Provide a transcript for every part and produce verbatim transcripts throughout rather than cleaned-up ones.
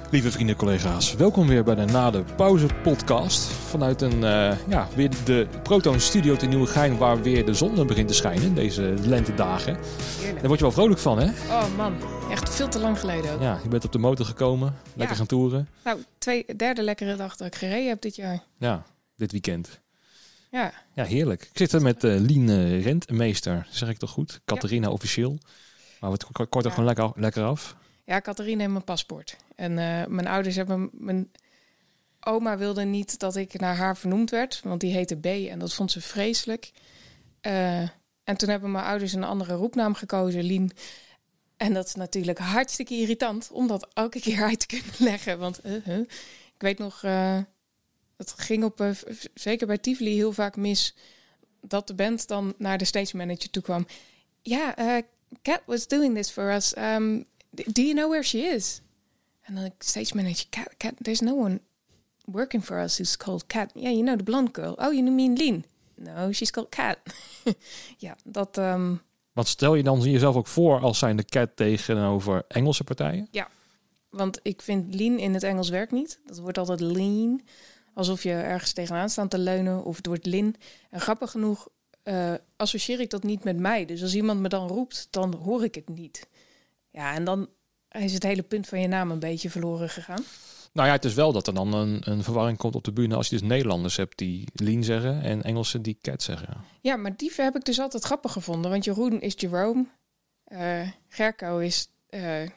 Lieve vrienden, collega's, welkom weer bij de Na de Pauze podcast. Vanuit een, uh, ja, weer de Proton Studio te Nieuwegein, waar weer de zon begint te schijnen, deze lentedagen. Heerlijk. Daar word je wel vrolijk van, hè? Oh man, echt veel te lang geleden ook. Ja, je bent op de motor gekomen, lekker ja. gaan toeren. Nou, twee, derde lekkere dag dat ik gereden heb dit jaar. Ja, dit weekend. Ja. Ja, heerlijk. Ik zit er met uh, Lien uh, Rentmeester, zeg ik toch goed? Catharina ja. officieel. Maar we het kort er ja. gewoon lekker, lekker af. Ja, Catharina heeft mijn paspoort. En uh, mijn ouders hebben... Mijn oma wilde niet dat ik naar haar vernoemd werd, want die heette B en dat vond ze vreselijk. Uh, en toen hebben mijn ouders een andere roepnaam gekozen, Lien. En dat is natuurlijk hartstikke irritant om dat elke keer uit te kunnen leggen. Want uh, uh, ik weet nog, uh, het ging op, uh, zeker bij Tivoli heel vaak mis, dat de band dan naar de stage manager toe kwam. Ja, yeah, uh, Kat was doing this for us. Um, do you know where she is? En dan de stage manager, Kat, Kat, there's no one working for us who's called Kat. Yeah, you know the blonde girl. Oh, you mean Lien? No, she's called Kat. ja, dat... Um... Want stel je dan jezelf ook voor als zijnde Kat tegenover Engelse partijen? Ja, want ik vind Lien in het Engels werkt niet. Dat wordt altijd lean. Alsof je ergens tegenaan staat te leunen. Of het wordt Lin. En grappig genoeg uh, associeer ik dat niet met mij. Dus als iemand me dan roept, dan hoor ik het niet. Ja, en dan is het hele punt van je naam een beetje verloren gegaan. Nou ja, het is wel dat er dan een, een verwarring komt op de bühne als je dus Nederlanders hebt die Lien zeggen en Engelsen die Kat zeggen. Ja, maar die heb ik dus altijd grappig gevonden. Want Jeroen is Jerome. Uh, Gerco is uh,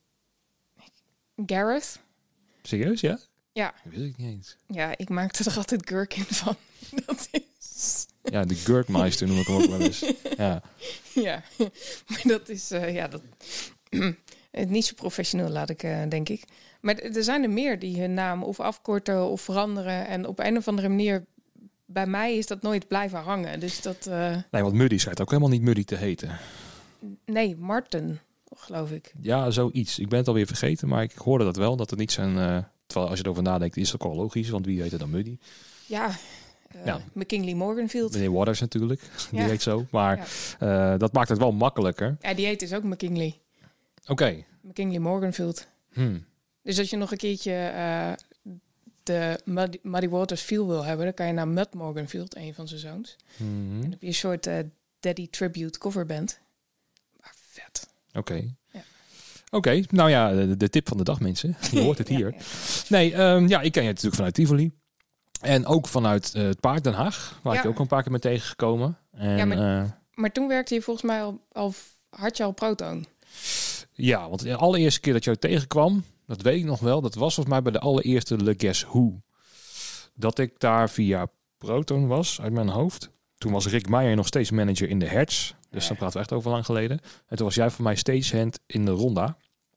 Gareth. Serieus, ja? Ja. Dat wist ik niet eens. Ja, ik maakte er altijd Gurkin van. Dat is... Ja, de Gurkmeister noem ik hem ook wel eens. Ja, ja. Maar dat is... Uh, ja, dat... niet zo professioneel, laat ik uh, denk ik. Maar er zijn er meer die hun naam of afkorten of veranderen. En op een of andere manier, bij mij is dat nooit blijven hangen. Dus dat... Uh... Nee, want Muddy schijnt ook helemaal niet Muddy te heten. Nee, Martin, geloof ik. Ja, zoiets. Ik ben het alweer vergeten, maar ik hoorde dat wel. Dat het niet zijn... Uh, terwijl als je erover nadenkt, is het ook al logisch. Want wie heet er dan Muddy? Ja... Uh, ja. McKinley Morganfield. Meneer Waters natuurlijk. Die ja. heet zo. Maar ja. uh, dat maakt het wel makkelijker. Ja, die heet dus ook McKinley. Oké. Okay. McKinley Morganfield. Hmm. Dus als je nog een keertje uh, de Muddy, Muddy Waters feel wil hebben, dan kan je naar Mud Morganfield, een van zijn zoons. Hmm. En dan heb je een soort uh, Daddy Tribute coverband. Maar vet. Oké. Okay. Ja. Oké, okay. Nou ja, de, de tip van de dag, mensen. Je hoort het hier. ja, ja. Nee, um, ja, ik ken je natuurlijk vanuit Tivoli. En ook vanuit uh, het Park Den Haag, waar ja. ik je ook een paar keer mee tegengekomen. En, ja, maar, uh, maar toen werkte je volgens mij al, al had je al Proton. Ja, want de allereerste keer dat je tegenkwam, dat weet ik nog wel, dat was volgens mij bij de allereerste Le Guess Who. Dat ik daar via Proton was, uit mijn hoofd. Toen was Rick Meijer nog steeds manager in de Hertz. Dus ja. dan praten we echt over lang geleden. En toen was jij voor mij stagehand in de Ronda.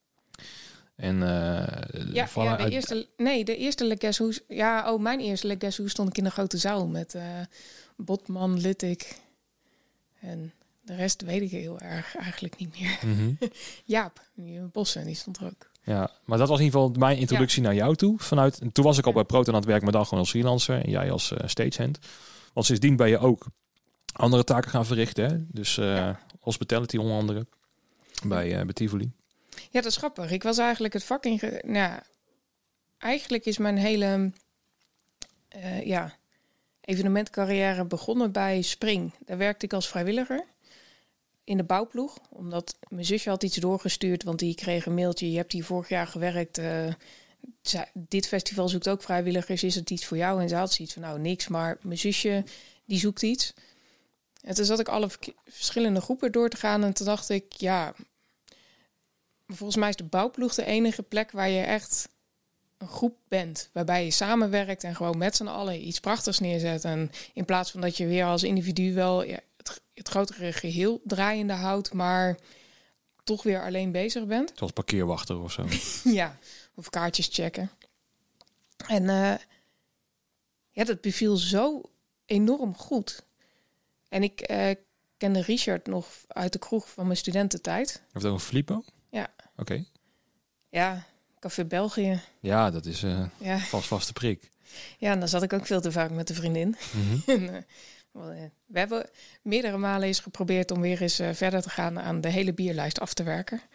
En uh, ja, ja, de uit... eerste, nee, de eerste Le Guess Who. Ja, oh, mijn eerste Le Guess Who stond ik in de grote zaal met uh, Botman, Littig en de rest weet ik heel erg eigenlijk niet meer. Mm-hmm. Jaap, die Bossen, die stond er ook. Ja, maar dat was in ieder geval mijn introductie ja. naar jou toe. Vanuit, toen was ik al ja. bij Proton aan het werk, maar dan gewoon als freelancer en jij als uh, stagehand. Want sindsdien ben je ook andere taken gaan verrichten. Hè? Dus uh, ja. hospitality onder andere bij, uh, bij Tivoli. Ja, dat is grappig. Ik was eigenlijk het vak in... Ge- nou, eigenlijk is mijn hele uh, ja, evenementcarrière begonnen bij Spring. Daar werkte ik als vrijwilliger in de bouwploeg. Omdat mijn zusje had iets doorgestuurd, want die kreeg een mailtje. Je hebt hier vorig jaar gewerkt. Uh, zij, dit festival zoekt ook vrijwilligers. Is het iets voor jou? En ze had zoiets van, nou, niks. Maar mijn zusje, die zoekt iets. En toen zat ik alle verke- verschillende groepen door te gaan. En toen dacht ik, ja... Volgens mij is de bouwploeg de enige plek waar je echt een groep bent. Waarbij je samenwerkt en gewoon met z'n allen iets prachtigs neerzet. En in plaats van dat je weer als individu wel ja, het, het grotere geheel draaiende houdt, maar toch weer alleen bezig bent. Zoals parkeerwachter of zo. Ja, of kaartjes checken. En uh, ja, dat beviel zo enorm goed. En ik uh, kende Richard nog uit de kroeg van mijn studententijd. Heeft ook een Filippo? Ja. Oké. Okay. Ja, Café België. Ja, dat is uh, ja. vast vaste prik. Ja, en dan zat ik ook veel te vaak met de vriendin. Mm-hmm. en, uh, we hebben meerdere malen eens geprobeerd om weer eens uh, verder te gaan aan de hele bierlijst af te werken.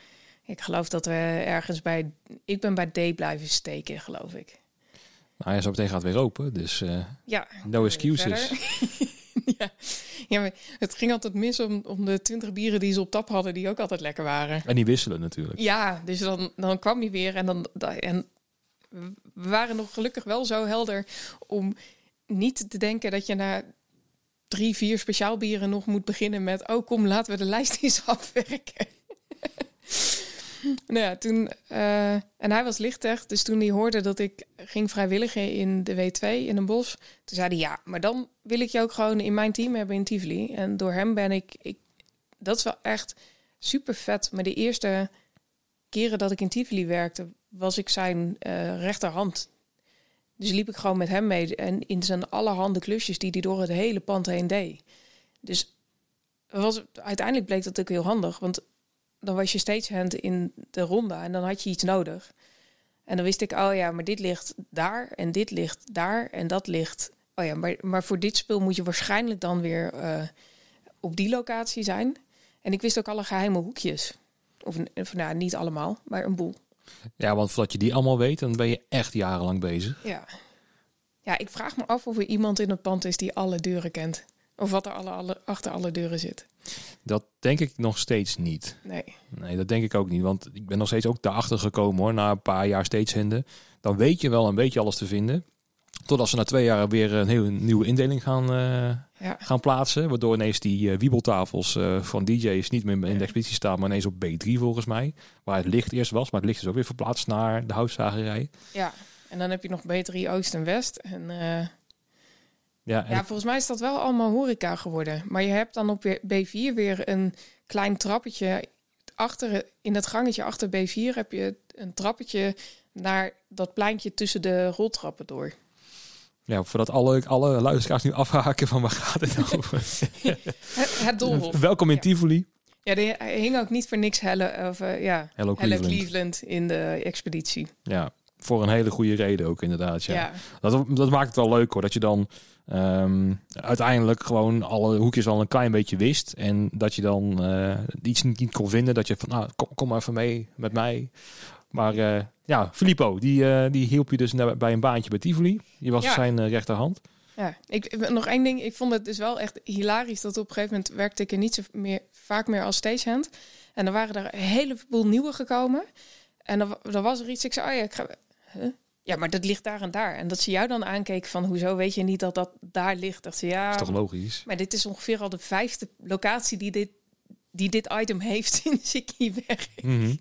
Ik geloof dat we ergens bij... Ik ben bij D blijven steken, geloof ik. Nou ja, zo meteen gaat het weer open, dus uh, ja, no excuses. ja. ja, maar het ging altijd mis om, om de twintig bieren die ze op tap hadden, die ook altijd lekker waren. En die wisselen natuurlijk. Ja, dus dan, dan kwam hij weer en dan... En we waren nog gelukkig wel zo helder om niet te denken dat je na drie, vier speciaalbieren nog moet beginnen met... oh, kom, laten we de lijst eens afwerken. Nou ja, toen... Uh, en hij was lichttech, dus toen hij hoorde dat ik ging vrijwilligen in de W twee in een bos... toen zei hij, ja, maar dan wil ik je ook gewoon in mijn team hebben in Tivoli. En door hem ben ik... ik dat is wel echt super vet. Maar de eerste keren dat ik in Tivoli werkte, was ik zijn uh, rechterhand. Dus liep ik gewoon met hem mee en in zijn allerhande klusjes die hij door het hele pand heen deed. Dus was, uiteindelijk bleek dat ook heel handig, want dan was je stagehand in de ronde en dan had je iets nodig. En dan wist ik, oh ja, maar dit ligt daar en dit ligt daar en dat ligt... Oh ja, maar, maar voor dit spul moet je waarschijnlijk dan weer uh, op die locatie zijn. En ik wist ook alle geheime hoekjes. Of, of nou, niet allemaal, maar een boel. Ja, want voordat je die allemaal weet, dan ben je echt jarenlang bezig. Ja. Ja, ik vraag me af of er iemand in het pand is die alle deuren kent. Of wat er alle, alle, achter alle deuren zit. Dat denk ik nog steeds niet. Nee. Nee, dat denk ik ook niet. Want ik ben nog steeds ook daarachter gekomen hoor. Na een paar jaar stagehanden. Dan weet je wel een beetje alles te vinden. Totdat ze na twee jaar weer een hele nieuwe indeling gaan, uh, ja. gaan plaatsen. Waardoor ineens die uh, wiebeltafels uh, van D J's niet meer in de expeditie staan. Maar ineens op B drie volgens mij. Waar het licht eerst was. Maar het licht is ook weer verplaatst naar de houtzagerij. Ja, en dan heb je nog B drie Oost en West. En, uh, ja, en ja, volgens mij is dat wel allemaal horeca geworden. Maar je hebt dan op B vier weer een klein trappetje. Achter, in het gangetje achter B vier heb je een trappetje naar dat pleintje tussen de roltrappen door. Ja, voordat alle, alle luisteraars nu afhaken van waar gaat het over? het, het Doolhof. Welkom in ja. Tivoli. Ja, er hing ook niet voor niks Helle, of, uh, ja, Hello Helle Cleveland. Cleveland in de expeditie. Ja, voor een hele goede reden ook inderdaad. Ja. ja. Dat, dat maakt het wel leuk hoor, dat je dan um, uiteindelijk gewoon alle hoekjes al een klein beetje wist. En dat je dan uh, iets niet, niet kon vinden, dat je van, nou, kom, kom maar even mee met mij. Maar uh, ja, Filippo, die, uh, die hielp je dus bij een baantje bij Tivoli. Je was ja. zijn uh, rechterhand. Ja, ik, nog één ding. Ik vond het dus wel echt hilarisch dat op een gegeven moment werkte ik er niet zo meer, vaak meer als stagehand. En dan waren er een heleboel nieuwe gekomen. En dan, dan was er iets, ik zei, oh ja, ik ga... Huh? Ja, maar dat ligt daar en daar. En dat ze jou dan aankeken van, hoezo weet je niet dat dat daar ligt? Dat ze, ja, dat is toch logisch? Maar dit is ongeveer al de vijfde locatie die dit, die dit item heeft sinds ik hier werk. Mm-hmm.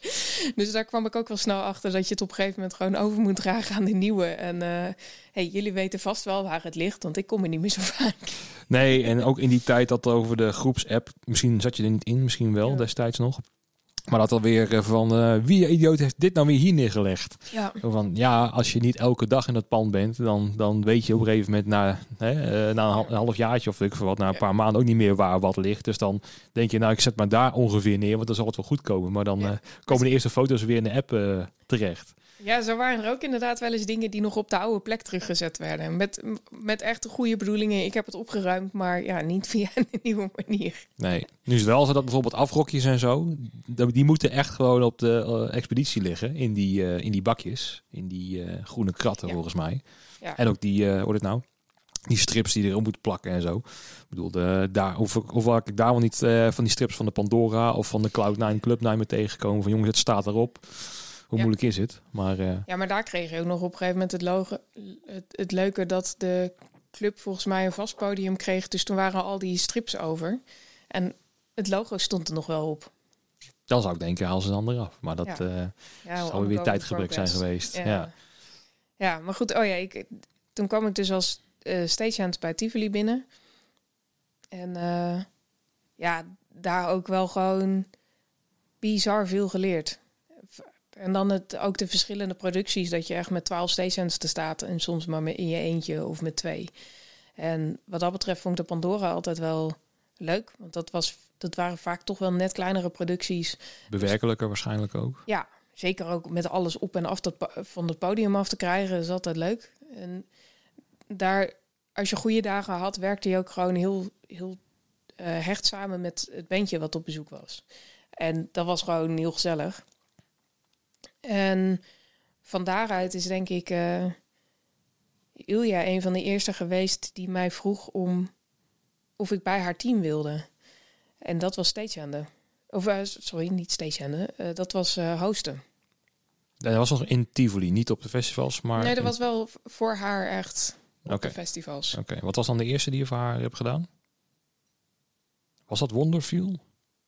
Dus daar kwam ik ook wel snel achter dat je het op een gegeven moment gewoon over moet dragen aan de nieuwe. En uh, hey, jullie weten vast wel waar het ligt, want ik kom er niet meer zo vaak. Nee, en ook in die tijd dat over de groepsapp, misschien zat je er niet in, misschien wel ja. destijds nog. Maar dat alweer van, uh, wie idioot heeft dit nou weer hier neergelegd? Ja. Van, ja, als je niet elke dag in dat pand bent, dan, dan weet je op een gegeven moment na, hè, uh, na een, half, een halfjaartje of ik voor wat, na een ja. paar maanden ook niet meer waar wat ligt. Dus dan denk je, nou, ik zet maar daar ongeveer neer, want dan zal het wel goed komen. Maar dan ja. uh, komen de eerste foto's weer in de app uh, terecht. Ja, zo waren er ook inderdaad wel eens dingen die nog op de oude plek teruggezet werden. Met, met echt goede bedoelingen. Ik heb het opgeruimd, maar ja, niet via een nieuwe manier. Nee, nu is het wel zo dat bijvoorbeeld afrokjes en zo, die moeten echt gewoon op de uh, expeditie liggen. In die, uh, in die bakjes, in die uh, groene kratten ja. volgens mij. Ja. En ook die, uh, hoe het nou? Die strips die erop moeten plakken en zo. Ik bedoel, de, daar, of, of ik daar wel niet uh, van die strips van de Pandora of van de Cloud nine Club nine mee tegengekomen. Van jongens, het staat erop. Hoe ja. moeilijk is het? Maar, uh... ja, maar daar kreeg je ook nog op een gegeven moment het, logo, het, het leuke dat de club volgens mij een vast podium kreeg. Dus toen waren al die strips over. En het logo stond er nog wel op. Dan zou ik denken, haal ze dan eraf. Maar dat ja. uh, ja, zou weer tijdgebrek zijn geweest. Ja. Ja. ja, maar goed. Oh ja, ik, toen kwam ik dus als uh, stagehand bij Tivoli binnen. En uh, ja, daar ook wel gewoon bizar veel geleerd. En dan het, ook de verschillende producties, dat je echt met twaalf stagehands te staat en soms maar met in je eentje of met twee. En wat dat betreft vond ik de Pandora altijd wel leuk, want dat, was, dat waren vaak toch wel net kleinere producties. Bewerkelijker dus, waarschijnlijk ook. Ja, zeker ook met alles op en af dat, van het podium af te krijgen is altijd leuk. En daar, als je goede dagen had, werkte je ook gewoon heel, heel uh, hecht samen met het bandje wat op bezoek was. En dat was gewoon heel gezellig. En van daaruit is denk ik uh, Ilja een van de eerste geweest die mij vroeg om of ik bij haar team wilde. En dat was stagehanden. Of uh, sorry, niet stagehanden. Uh, dat was uh, hosten. Dat was nog in Tivoli, niet op de festivals, maar... Nee, dat in... was wel voor haar echt op okay. de festivals. Oké, okay. Wat was dan de eerste die je voor haar hebt gedaan? Was dat Wonderfeel?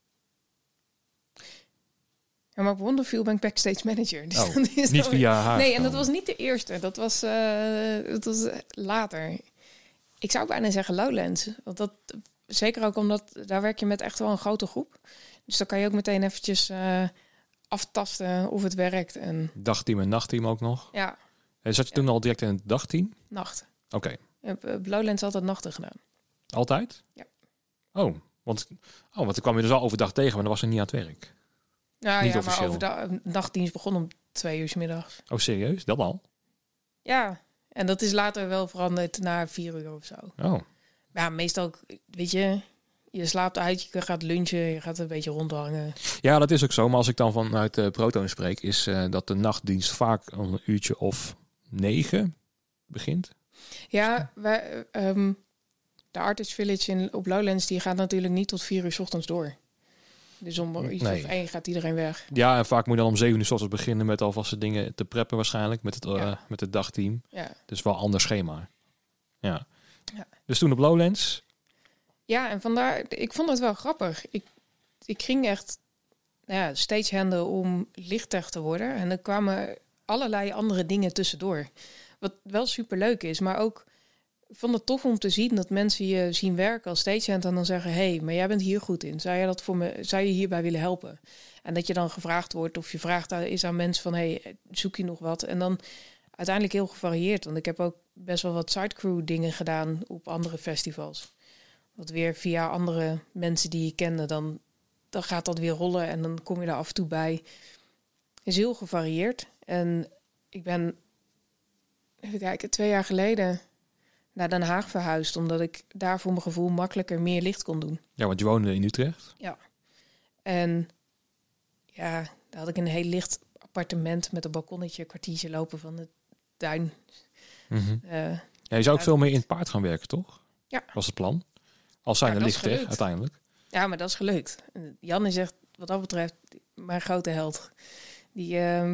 Ja, maar op Wonderfeel ben ik backstage manager. Dus oh, dat is niet dan... via haar. Nee, en dat was niet de eerste. Dat was, uh, dat was later. Ik zou bijna zeggen Lowlands. Want dat, zeker ook omdat daar werk je met echt wel een grote groep. Dus dan kan je ook meteen eventjes uh, aftasten of het werkt. En... Dagteam en nachtteam ook nog? Ja. En zat je toen ja. al direct in het dagteam? Nacht. Oké. Okay. Ik heb op Lowlands altijd nachten gedaan. Altijd? Ja. Oh, want, oh, want dan kwam je dus al overdag tegen, maar dan was er niet aan het werk. Nou niet ja, officieel. maar overdag, nachtdienst begon om twee uur 's middags. Oh, serieus? Dat al? Ja, en dat is later wel veranderd naar vier uur of zo. Oh. Ja, meestal, weet je, je slaapt uit, je gaat lunchen, je gaat een beetje rondhangen. Ja, dat is ook zo. Maar als ik dan vanuit uh, Proton spreek, is uh, dat de nachtdienst vaak een uurtje of negen begint. Ja, wij, um, de Artist Village in, op Lowlands, die gaat natuurlijk niet tot vier uur 's ochtends door. Dus om iets nee. of één gaat iedereen weg. Ja, en vaak moet je dan om zeven uur 's ochtends beginnen met alvast de dingen te preppen waarschijnlijk. Met het, uh, ja. met het dagteam. Ja. Dus wel een ander schema. Ja. ja. Dus toen op Lowlands. Ja, en vandaar, ik vond het wel grappig. Ik, ik ging echt nou ja, stagehanden om lichttech te worden. En er kwamen allerlei andere dingen tussendoor. Wat wel superleuk is, maar ook... Ik vond het tof om te zien dat mensen je zien werken als stagehand en dan zeggen: hé, hey, maar jij bent hier goed in. Zou je dat voor me? Zou je hierbij willen helpen? En dat je dan gevraagd wordt of je vraagt is aan mensen van: hey, zoek je nog wat? En dan uiteindelijk heel gevarieerd. Want ik heb ook best wel wat sidecrew dingen gedaan op andere festivals. Wat weer via andere mensen die je kende, dan, dan gaat dat weer rollen en dan kom je daar af en toe bij. Het is heel gevarieerd. En ik ben, even kijken, twee jaar geleden naar Den Haag verhuisd, omdat ik daar voor mijn gevoel makkelijker meer licht kon doen. Ja, want je woonde in Utrecht. Ja. En ja, daar had ik een heel licht appartement met een balkonnetje, een kwartiertje lopen van de tuin. Mm-hmm. Uh, ja, je zou ook ja, veel meer in het paard gaan werken, toch? Ja. Was het plan. Als zijn ja, er licht tegen, uiteindelijk. Ja, maar dat is gelukt. Jan is echt, wat dat betreft, mijn grote held. Die... Uh,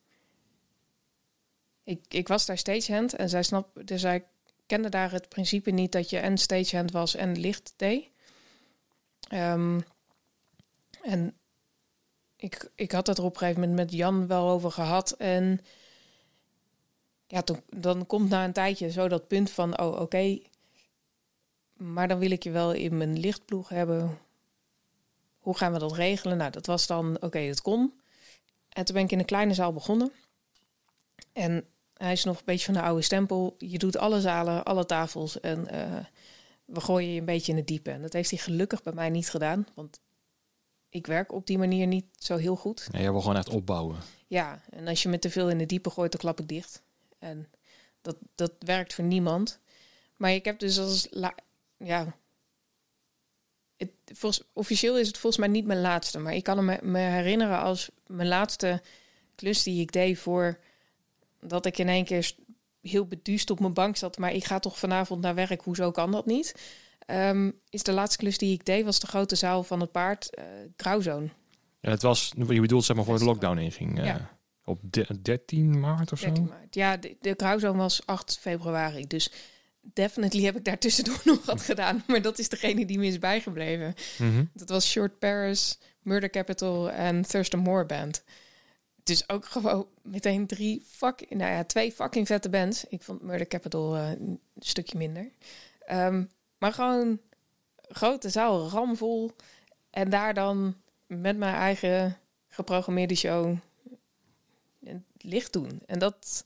ik, ik was daar stagehand en zij snap, dus zij kende daar het principe niet dat je en stagehand was en licht deed. Um, en ik, ik had het er op een gegeven moment met Jan wel over gehad. En ja, toen, dan komt na een tijdje zo dat punt van, oh oké, okay, maar dan wil ik je wel in mijn lichtploeg hebben. Hoe gaan we dat regelen? Nou, dat was dan, oké, okay, dat kon. En toen ben ik in een kleine zaal begonnen. En hij is nog een beetje van de oude stempel. Je doet alle zalen, alle tafels en uh, we gooien je een beetje in het diepe. En dat heeft hij gelukkig bij mij niet gedaan. Want ik werk op die manier niet zo heel goed. Nee, jij wil gewoon echt opbouwen. Ja, en als je me te veel in het diepe gooit, dan klap ik dicht. En dat, dat werkt voor niemand. Maar ik heb dus als... La- ja, het, volgens, officieel is het volgens mij niet mijn laatste. Maar ik kan me, me herinneren als mijn laatste klus die ik deed voor... dat ik in één keer heel beduust op mijn bank zat. Maar ik ga toch vanavond naar werk. Hoezo kan dat niet? Um, is de laatste klus die ik deed, was de grote zaal van het paard, uh, Grauwzoon. En het was, je bedoelt zeg maar voor de lockdown inging. Uh, ja. Op de, dertien maart of zo? dertien maart. Ja, de, de Grauwzoon was acht februari. Dus definitely heb ik daar tussendoor nog wat gedaan. Maar dat is degene die me is bijgebleven. Mm-hmm. Dat was Short Paris, Murder Capital en Thurston Moore Band. Dus ook gewoon meteen drie fuck, nou ja, twee fucking vette bands. Ik vond Murder Capital uh, een stukje minder. Um, maar gewoon grote zaal, ramvol. En daar dan met mijn eigen geprogrammeerde show licht doen. En dat,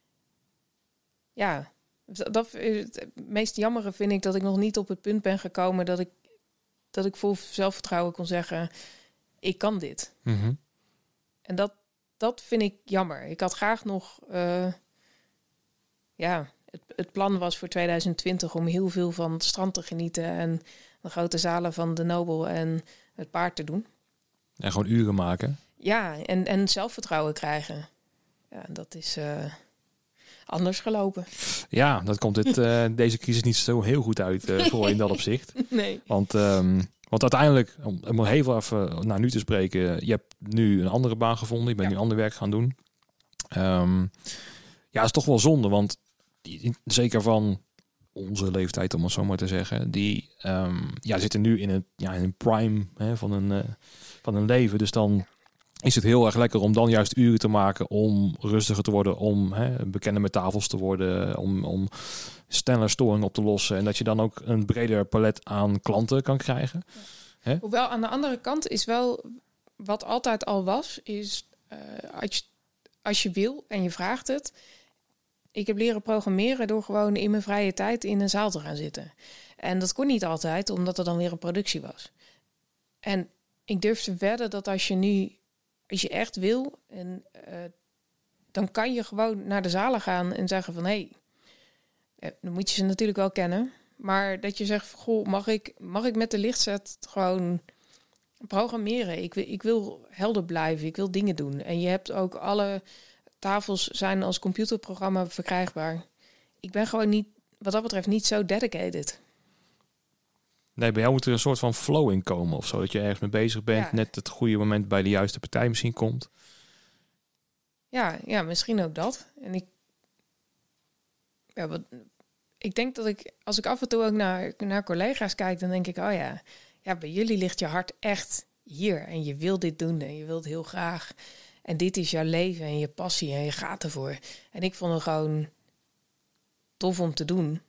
ja, dat het meest jammere vind ik dat ik nog niet op het punt ben gekomen dat ik dat ik vol zelfvertrouwen kon zeggen, ik kan dit. Mm-hmm. En dat dat vind ik jammer. Ik had graag nog, uh, ja, het, het plan was voor twintig twintig om heel veel van het strand te genieten en de grote zalen van de Nobel en het paard te doen. En gewoon uren maken. Ja, en, en zelfvertrouwen krijgen. Ja, dat is uh, anders gelopen. Ja, dat komt dit, uh, deze crisis niet zo heel goed uit uh, voor in dat opzicht. Nee. Want, um, want uiteindelijk, om, om heel even naar nu te spreken, je hebt nu een andere baan gevonden. Je bent ja. nu ander werk gaan doen. Um, ja, is toch wel zonde, want zeker van onze leeftijd, om het zo maar te zeggen, die um, ja, zitten nu in een, ja, in een prime hè, van, een, uh, van een leven. Dus dan is het heel erg lekker om dan juist uren te maken om rustiger te worden, om hè, bekender met tafels te worden, om, om sneller storingen op te lossen. En dat je dan ook een breder palet aan klanten kan krijgen. Ja. Hè? Hoewel aan de andere kant is wel, wat altijd al was, is uh, als, je, als je wil en je vraagt het. Ik heb leren programmeren door gewoon in mijn vrije tijd in een zaal te gaan zitten. En dat kon niet altijd, omdat er dan weer een productie was. En ik durf te wedden dat als je nu, als je echt wil, en, uh, dan kan je gewoon naar de zalen gaan en zeggen van, hé, hey, dan moet je ze natuurlijk wel kennen. Maar dat je zegt, goh, mag ik, mag ik met de lichtset gewoon programmeren? Ik wil, ik wil helder blijven, ik wil dingen doen. En je hebt ook alle tafels zijn als computerprogramma verkrijgbaar. Ik ben gewoon niet, wat dat betreft, niet zo dedicated. Nee, bij jou moet er een soort van flow in komen of zo. Dat je ergens mee bezig bent, ja. net het goede moment bij de juiste partij misschien komt. Ja, ja, misschien ook dat. En ik, ja, wat, ik denk dat ik, als ik af en toe ook naar, naar collega's kijk, dan denk ik, oh ja, ja, bij jullie ligt je hart echt hier. En je wil dit doen en je wilt heel graag. En dit is jouw leven en je passie en je gaat ervoor. En ik vond het gewoon tof om te doen.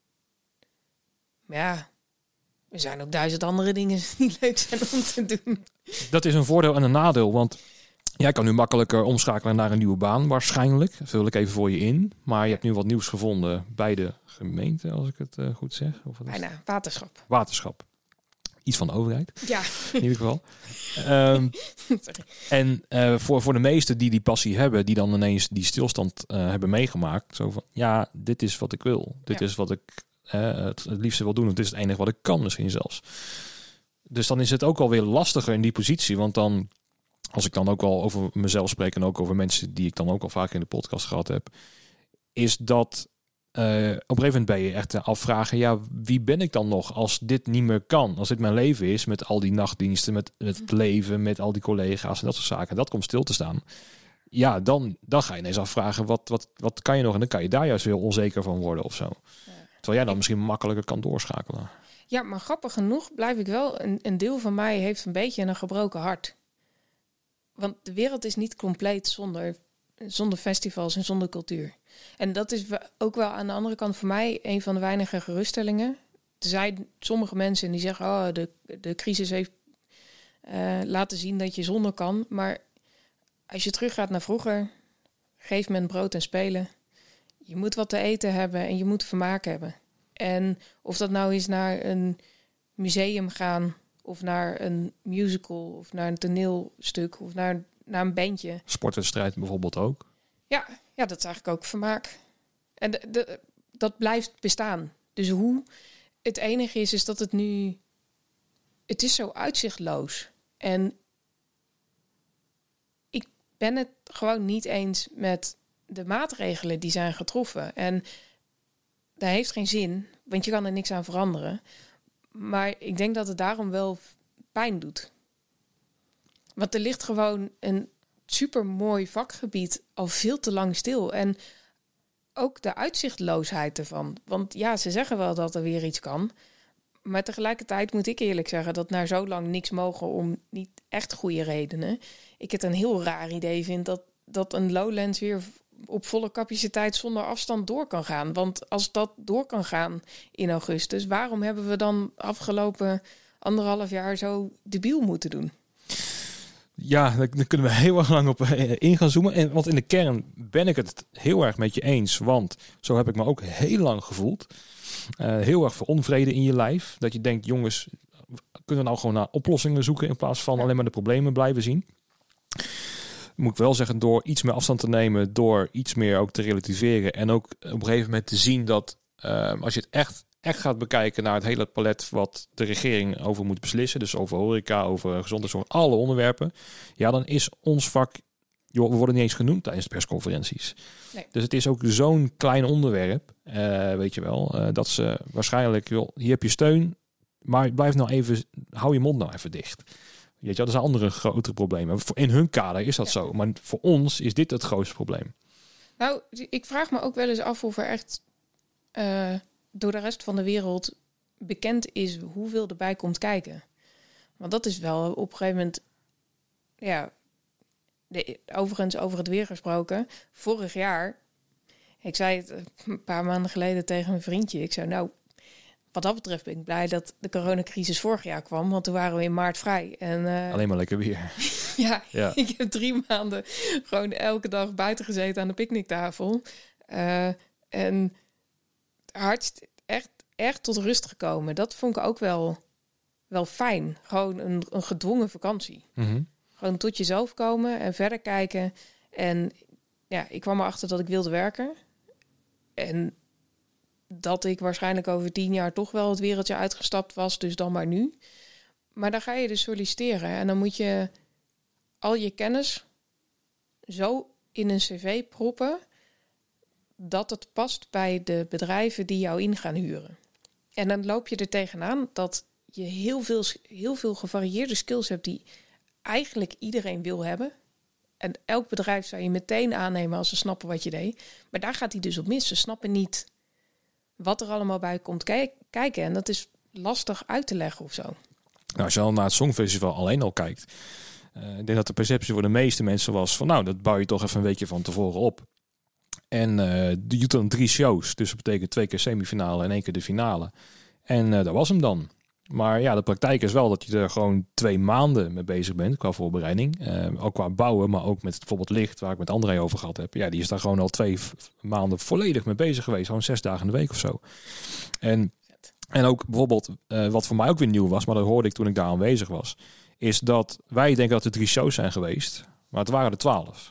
Maar ja, er zijn ook duizend andere dingen die leuk zijn om te doen. Dat is een voordeel en een nadeel, want jij kan nu makkelijker omschakelen naar een nieuwe baan waarschijnlijk. Dat vul ik even voor je in. Maar je hebt nu wat nieuws gevonden bij de gemeente, als ik het uh, goed zeg. Of wat is Bijna, waterschap. Waterschap. Iets van de overheid. Ja. In ieder geval. Um, en uh, voor, voor de meesten die die passie hebben, die dan ineens die stilstand uh, hebben meegemaakt. Zo van, ja, dit is wat ik wil. Dit ja. is wat ik uh, het, het liefste wil doen. Het is het enige wat ik kan misschien zelfs. Dus dan is het ook alweer lastiger in die positie. Want dan, als ik dan ook al over mezelf spreek en ook over mensen die ik dan ook al vaak in de podcast gehad heb, is dat Uh, op een gegeven moment ben je echt afvragen, ja, wie ben ik dan nog als dit niet meer kan? Als dit mijn leven is, met al die nachtdiensten, met, met het leven, met al die collega's en dat soort zaken, dat komt stil te staan. Ja, dan, dan ga je ineens afvragen, wat, wat, wat kan je nog? En dan kan je daar juist weer onzeker van worden of zo. Ja. Terwijl jij dan misschien makkelijker kan doorschakelen. Ja, maar grappig genoeg blijf ik wel, een, een deel van mij heeft een beetje een gebroken hart. Want de wereld is niet compleet zonder, zonder festivals en zonder cultuur. En dat is ook wel aan de andere kant voor mij een van de weinige geruststellingen. Er zijn sommige mensen die zeggen, oh, de, de crisis heeft uh, laten zien dat je zonder kan. Maar als je teruggaat naar vroeger, geef men brood en spelen. Je moet wat te eten hebben en je moet vermaak hebben. En of dat nou is naar een museum gaan, of naar een musical, of naar een toneelstuk, of naar, naar een bandje. Sportwedstrijd bijvoorbeeld ook. Ja, ja, dat is eigenlijk ook vermaak. En de, de, dat blijft bestaan. Dus hoe het enige is, is dat het nu, het is zo uitzichtloos. En ik ben het gewoon niet eens met de maatregelen die zijn getroffen. En dat heeft geen zin, want je kan er niks aan veranderen. Maar ik denk dat het daarom wel pijn doet. Want er ligt gewoon een supermooi vakgebied al veel te lang stil. En ook de uitzichtloosheid ervan. Want ja, ze zeggen wel dat er weer iets kan. Maar tegelijkertijd moet ik eerlijk zeggen dat na zo lang niks mogen om niet echt goede redenen, ik het een heel raar idee vind dat, dat een Lowlands weer op volle capaciteit zonder afstand door kan gaan. Want als dat door kan gaan in augustus, waarom hebben we dan afgelopen anderhalf jaar zo debiel moeten doen? Ja, daar kunnen we heel erg lang op in gaan zoomen. En, want in de kern ben ik het heel erg met je eens. Want zo heb ik me ook heel lang gevoeld. Uh, heel erg voor onvrede in je lijf. Dat je denkt, jongens, kunnen we nou gewoon naar oplossingen zoeken in plaats van alleen maar de problemen blijven zien. Moet ik wel zeggen, door iets meer afstand te nemen, door iets meer ook te relativeren en ook op een gegeven moment te zien dat uh, als je het echt echt gaat bekijken naar het hele palet wat de regering over moet beslissen, dus over horeca, over gezondheidszorg, alle onderwerpen, ja, dan is ons vak, joh, we worden niet eens genoemd tijdens de persconferenties. Nee. Dus het is ook zo'n klein onderwerp, uh, weet je wel, uh, dat ze waarschijnlijk, joh, hier heb je steun, maar blijf nou even, hou je mond nou even dicht. Weet je wel, dat zijn andere grotere problemen. In hun kader is dat ja. zo, maar voor ons is dit het grootste probleem. Nou, ik vraag me ook wel eens af of er echt uh, door de rest van de wereld bekend is hoeveel erbij komt kijken. Want dat is wel op een gegeven moment, ja, de, overigens over het weer gesproken. Vorig jaar, ik zei het een paar maanden geleden tegen mijn vriendje. Ik zei, nou, wat dat betreft ben ik blij dat de coronacrisis vorig jaar kwam. Want toen waren we in maart vrij. En, uh, alleen maar lekker weer. ja, ja, ik heb drie maanden gewoon elke dag buiten gezeten aan de picknicktafel. Uh, en hard, echt, echt tot rust gekomen. Dat vond ik ook wel, wel fijn. Gewoon een, een gedwongen vakantie. Mm-hmm. Gewoon tot jezelf komen en verder kijken. En ja, ik kwam erachter dat ik wilde werken. En dat ik waarschijnlijk over tien jaar toch wel het wereldje uitgestapt was. Dus dan maar nu. Maar dan ga je dus solliciteren. En dan moet je al je kennis zo in een cv proppen dat het past bij de bedrijven die jou in gaan huren. En dan loop je er tegenaan dat je heel veel, heel veel gevarieerde skills hebt die eigenlijk iedereen wil hebben. En elk bedrijf zou je meteen aannemen als ze snappen wat je deed. Maar daar gaat hij dus op mis. Ze snappen niet wat er allemaal bij komt kijk- kijken. En dat is lastig uit te leggen of zo. Nou, als je al naar het Songfestival alleen al kijkt. Uh, ik denk dat de perceptie voor de meeste mensen was van, nou, dat bouw je toch even een weekje van tevoren op. En uh, je doet dan drie shows. Dus dat betekent twee keer semifinale en één keer de finale. En uh, dat was hem dan. Maar ja, de praktijk is wel dat je er gewoon twee maanden mee bezig bent qua voorbereiding. Uh, ook qua bouwen, maar ook met bijvoorbeeld licht, waar ik met André over gehad heb. Ja, die is daar gewoon al twee v- maanden volledig mee bezig geweest. Gewoon zes dagen in de week of zo. En, en ook bijvoorbeeld, uh, wat voor mij ook weer nieuw was, maar dat hoorde ik toen ik daar aanwezig was, is dat wij denken dat er drie shows zijn geweest, maar het waren er twaalf.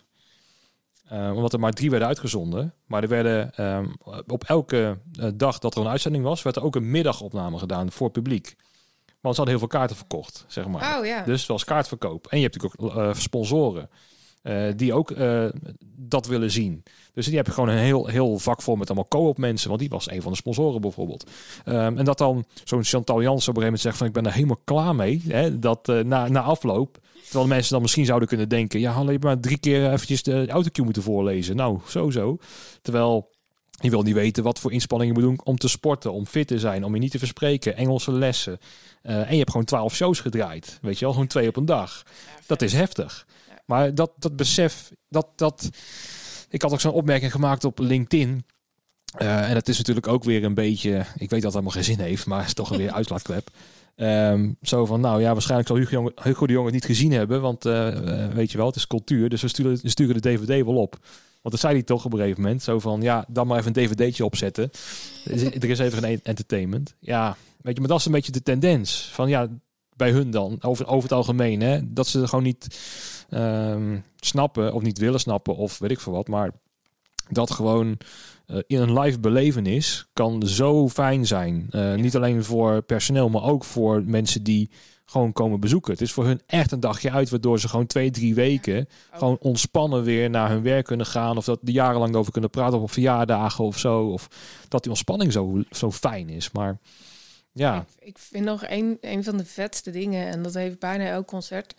Uh, omdat er maar drie werden uitgezonden. Maar er werden um, op elke uh, dag dat er een uitzending was, werd er ook een middagopname gedaan voor publiek. Want ze hadden heel veel kaarten verkocht, zeg maar. Oh, ja. Dus het was kaartverkoop. En je hebt natuurlijk ook uh, sponsoren uh, die ook uh, dat willen zien. Dus die heb je gewoon een heel, heel vak vol met allemaal co-op mensen. Want die was een van de sponsoren bijvoorbeeld. Um, en dat dan zo'n Chantal Jansen op een gegeven moment zegt van, ik ben er helemaal klaar mee. Hè, dat uh, na, na afloop. Terwijl mensen dan misschien zouden kunnen denken, ja, je hebt maar drie keer eventjes de autocue moeten voorlezen. Nou, zo zo. Terwijl je wil niet weten wat voor inspanningen je moet doen om te sporten, om fit te zijn, om je niet te verspreken, Engelse lessen. Uh, en je hebt gewoon twaalf shows gedraaid. Weet je wel, gewoon twee op een dag. Ja, dat is heftig. Ja. Maar dat, dat besef, dat, dat... Ik had ook zo'n opmerking gemaakt op LinkedIn. Uh, en het is natuurlijk ook weer een beetje, ik weet dat het allemaal geen zin heeft, maar het is toch weer een uitlaatklep. Um, zo van, nou ja, waarschijnlijk zal Hugo, Hugo de Jonge het niet gezien hebben, want uh, uh, weet je wel, het is cultuur, dus we sturen, we sturen de D V D wel op. Want dat zei hij toch op een gegeven moment, zo van, ja, dan maar even een D V D'tje opzetten. Er is even een entertainment. Ja, weet je, maar dat is een beetje de tendens van, ja, bij hun dan, over, over het algemeen, hè, dat ze gewoon niet um, snappen of niet willen snappen of weet ik veel wat, maar dat gewoon uh, in een live belevenis kan zo fijn zijn. Uh, niet alleen voor personeel, maar ook voor mensen die gewoon komen bezoeken. Het is voor hun echt een dagje uit, waardoor ze gewoon twee, drie weken ja. oh. gewoon ontspannen weer naar hun werk kunnen gaan. Of dat die jarenlang over kunnen praten op verjaardagen of zo. Of dat die ontspanning zo, zo fijn is. Maar ja. Ik, ik vind nog een, een van de vetste dingen, en dat heeft bijna elk concert,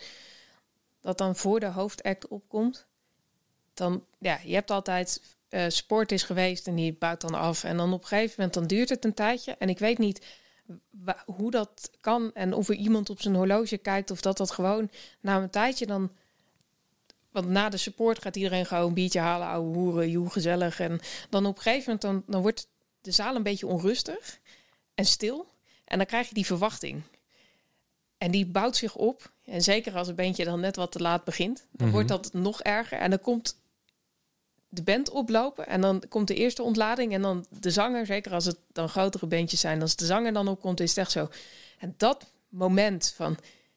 dat dan voor de hoofdact opkomt. Dan, ja, je hebt altijd uh, sport is geweest en die bouwt dan af. En dan op een gegeven moment, dan duurt het een tijdje. En ik weet niet wa- hoe dat kan en of er iemand op zijn horloge kijkt of dat dat gewoon na een tijdje dan... Want na de support gaat iedereen gewoon een biertje halen, ouwe hoeren, joe, gezellig. En dan op een gegeven moment, dan, dan wordt de zaal een beetje onrustig en stil. En dan krijg je die verwachting. En die bouwt zich op. En zeker als een bandje dan net wat te laat begint, dan mm-hmm. wordt dat nog erger. En dan komt de band oplopen en dan komt de eerste ontlading. En dan de zanger, zeker als het dan grotere bandjes zijn, als de zanger dan opkomt, is het echt zo. En dat moment van,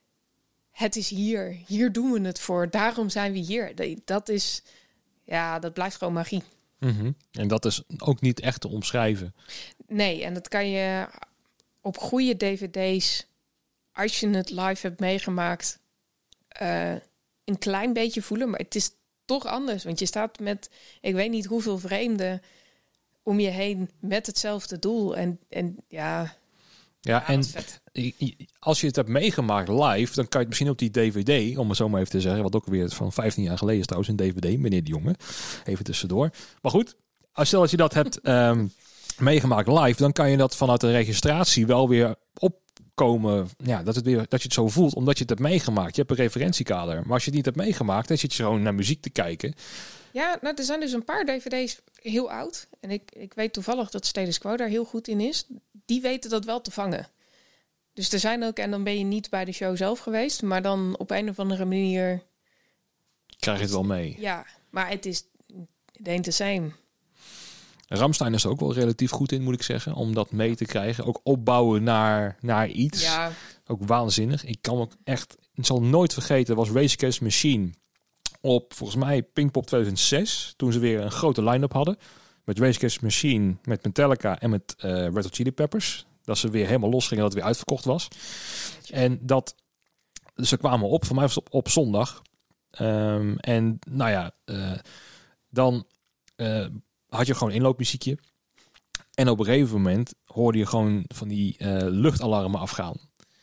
het is hier, hier doen we het voor, daarom zijn we hier. Dat is, ja, dat blijft gewoon magie. Mm-hmm. En dat is ook niet echt te omschrijven. Nee, en dat kan je op goede D V D's, als je het live hebt meegemaakt, uh, een klein beetje voelen. Maar het is toch anders, want je staat met, ik weet niet hoeveel vreemden om je heen met hetzelfde doel. En, en ja... Ja, ja en als je het hebt meegemaakt live, dan kan je het misschien op die D V D, om het zo maar even te zeggen, wat ook weer van vijftien jaar geleden is trouwens, een D V D, meneer de jonge. Even tussendoor. Maar goed, als, als je dat hebt um, meegemaakt live, dan kan je dat vanuit de registratie wel weer opkomen. Ja, dat, het weer, dat je het zo voelt, omdat je het hebt meegemaakt. Je hebt een referentiekader. Maar als je het niet hebt meegemaakt, dan zit je gewoon naar muziek te kijken. Ja, nou, er zijn dus een paar D V D's heel oud. En ik, ik weet toevallig dat Status Quo daar heel goed in is. Die weten dat wel te vangen. Dus er zijn ook, en dan ben je niet bij de show zelf geweest, maar dan op een of andere manier... Krijg je het wel mee. Ja, maar het is it ain't the same. Rammstein is er ook wel relatief goed in, moet ik zeggen, om dat mee te krijgen. Ook opbouwen naar, naar iets. Ja. Ook waanzinnig. Ik kan ook echt, ik zal nooit vergeten, was Rage Against the Machine op, volgens mij, Pinkpop tweeduizend zes, toen ze weer een grote line-up hadden. Met Rage Against the Machine, met Metallica en met uh, Red Hot Chili Peppers. Dat ze weer helemaal los gingen, dat het weer uitverkocht was. En dat, ze kwamen op, voor mij was het op, op zondag. Um, en nou ja, uh, dan uh, had je gewoon inloopmuziekje. En op een gegeven moment hoorde je gewoon van die uh, luchtalarmen afgaan.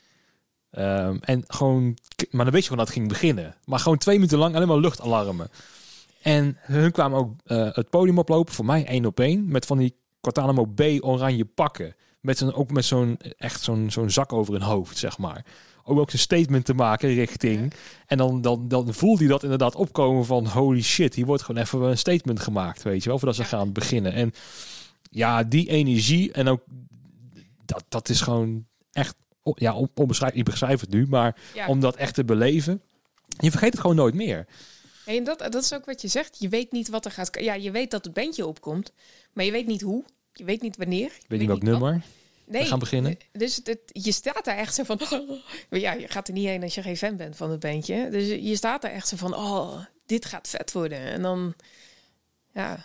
Um, en gewoon, maar dan weet je gewoon dat het ging beginnen. Maar gewoon twee minuten lang alleen maar luchtalarmen. En hun kwamen ook uh, het podium oplopen, voor mij één op één, met van die Guantanamo Bay oranje pakken. Met zo'n, ook met zo'n, echt zo'n, zo'n zak over hun hoofd, zeg maar. Ook, ook een statement te maken richting. Ja. En dan, dan, dan voelde hij dat inderdaad opkomen van holy shit, hier wordt gewoon even een statement gemaakt, weet je wel, voordat ze ja. gaan beginnen. En ja, die energie en ook, dat, dat is gewoon echt, ja, onbeschrijfelijk, ik beschrijf het nu, maar ja. om dat echt te beleven, je vergeet het gewoon nooit meer. En dat, dat is ook wat je zegt. Je weet niet wat er gaat... Ja, je weet dat het bandje opkomt. Maar je weet niet hoe. Je weet niet wanneer. Je weet, weet niet welk niet nummer nee, we gaan beginnen. Dus het, je staat daar echt zo van... Maar ja, je gaat er niet heen als je geen fan bent van het bandje. Dus je staat daar echt zo van... Oh, dit gaat vet worden. En dan... Ja...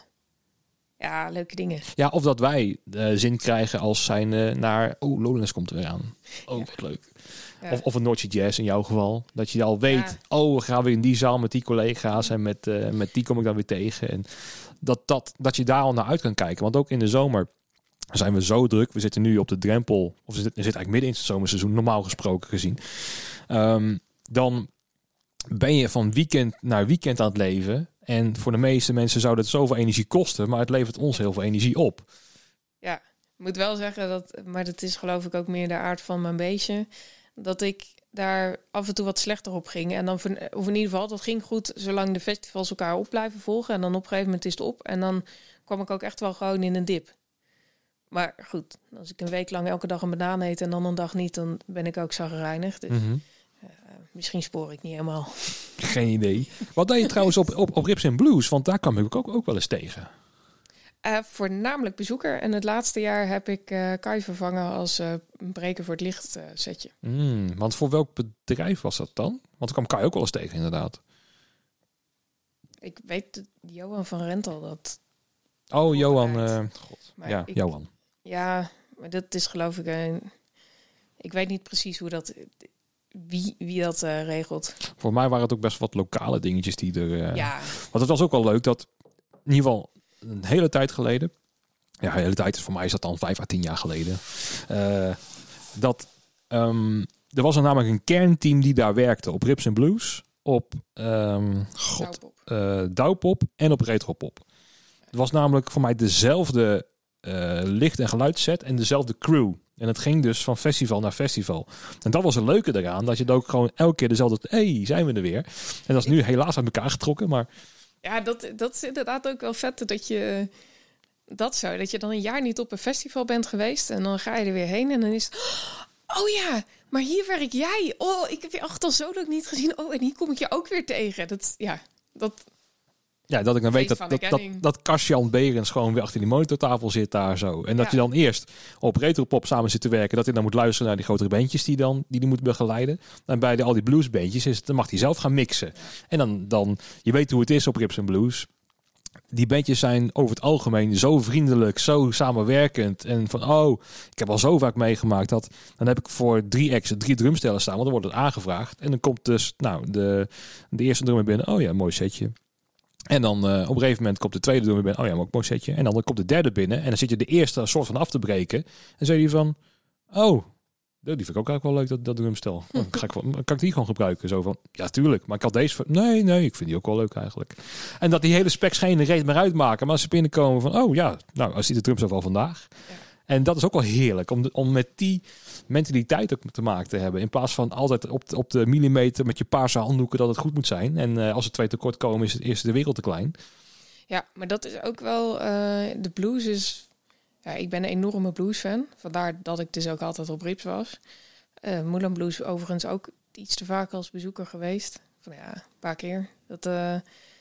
Ja, leuke dingen. Ja, of dat wij uh, zin krijgen als zijn uh, naar... Oh, Lowlands komt er weer aan. Oh, ja. Leuk. Ja. Of, of een Noordje Jazz in jouw geval. Dat je al weet, ja. oh, we gaan weer in die zaal met die collega's. En met, uh, met die kom ik dan weer tegen. En dat, dat, dat je daar al naar uit kan kijken. Want ook in de zomer zijn we zo druk. We zitten nu op de drempel. Of we zitten, we zitten eigenlijk midden in het zomerseizoen, normaal gesproken gezien. Um, dan ben je van weekend naar weekend aan het leven. En voor de meeste mensen zou dat zoveel energie kosten. Maar het levert ons heel veel energie op. Ja, ik moet wel zeggen dat... Maar dat is geloof ik ook meer de aard van mijn beestje. Dat ik daar af en toe wat slechter op ging. En dan, of in ieder geval, dat ging goed zolang de festivals elkaar op blijven volgen. En dan op een gegeven moment is het op. En dan kwam ik ook echt wel gewoon in een dip. Maar goed, als ik een week lang elke dag een banaan eet en dan een dag niet, dan ben ik ook chagrijnig. Dus mm-hmm. uh, misschien spoor ik niet helemaal. Geen idee. Wat deed je trouwens op, op, op Rips and Blues? Want daar kwam ik ook, ook wel eens tegen. Uh, voornamelijk bezoeker. En het laatste jaar heb ik uh, Kai vervangen als uh, breker voor het licht uh, setje. Mm, want voor welk bedrijf was dat dan? Want ik kwam Kai ook wel eens tegen, inderdaad. Ik weet dat Johan van Rental dat... Oh, Johan. Uh, God. Ja, ik, Johan. Ja, maar dat is geloof ik een... Ik weet niet precies hoe dat... Wie, wie dat uh, regelt. Voor mij waren het ook best wat lokale dingetjes die er... Uh, ja. Want het was ook wel leuk dat... In ieder geval een hele tijd geleden... Ja, de hele tijd, voor mij is dat dan vijf à tien jaar geleden. Uh, dat... Um, er was er namelijk een kernteam die daar werkte. Op Rips and Blues. Op... Um, God, uh, Douwpop en op Retropop. Het was namelijk voor mij dezelfde uh, licht- en geluidsset en dezelfde crew. En het ging dus van festival naar festival. En dat was het leuke eraan, dat je dan ook gewoon elke keer dezelfde... Hé, hey, zijn we er weer. En dat is nu helaas uit elkaar getrokken, maar... Ja, dat, dat is inderdaad ook wel vet dat je... Dat zo, dat je dan een jaar niet op een festival bent geweest en dan ga je er weer heen en dan is het... Oh ja, maar hier werk jij. Oh, ik heb je echt al zo lang niet gezien. Oh, en hier kom ik je ook weer tegen. Dat, ja, dat... Ja, dat ik dan weet dat, dat, dat, dat Kasjan Berens gewoon weer achter die monitortafel zit daar zo. En dat ja. je dan eerst op Retropop samen zit te werken. Dat hij dan moet luisteren naar die grotere bandjes die dan die, die moet begeleiden. En bij de, al die bluesbandjes is het, dan mag hij zelf gaan mixen. Ja. En dan, dan, je weet hoe het is op Rips and Blues. die bandjes zijn over het algemeen zo vriendelijk, zo samenwerkend. En van, oh, ik heb al zo vaak meegemaakt dat... Dan heb ik voor drie acts drie drumstellen staan, want dan wordt het aangevraagd. En dan komt dus, nou, de, de eerste drummer binnen. Oh ja, mooi setje. En dan uh, op een gegeven moment komt de tweede drummer binnen. Oh ja, maar ook mooi setje. En dan komt de derde binnen. En dan zit je de eerste soort van af te breken. En dan zeg je van, oh... Die vind ik ook eigenlijk wel leuk, dat, dat drumstel. Dan ga ik, kan ik die gewoon gebruiken? Zo van, ja, tuurlijk. Maar ik had deze... Nee, nee, ik vind die ook wel leuk eigenlijk. En dat die hele specs geen reet meer uitmaken. Maar als ze binnenkomen van, oh ja, nou, als die de drumstel van vandaag. Ja. En dat is ook wel heerlijk. Om, de, om met die mentaliteit ook te maken te hebben. In plaats van altijd op de, op de millimeter met je paarse handdoeken dat het goed moet zijn. En uh, als er twee tekort komen, is, het, is de wereld te klein. Ja, maar dat is ook wel... Uh, de blues is... Ja, ik ben een enorme bluesfan. Vandaar dat ik dus ook altijd op Rips was. Uh, Moulin Blues overigens ook iets te vaak als bezoeker geweest. Van ja, een paar keer. Dat, uh,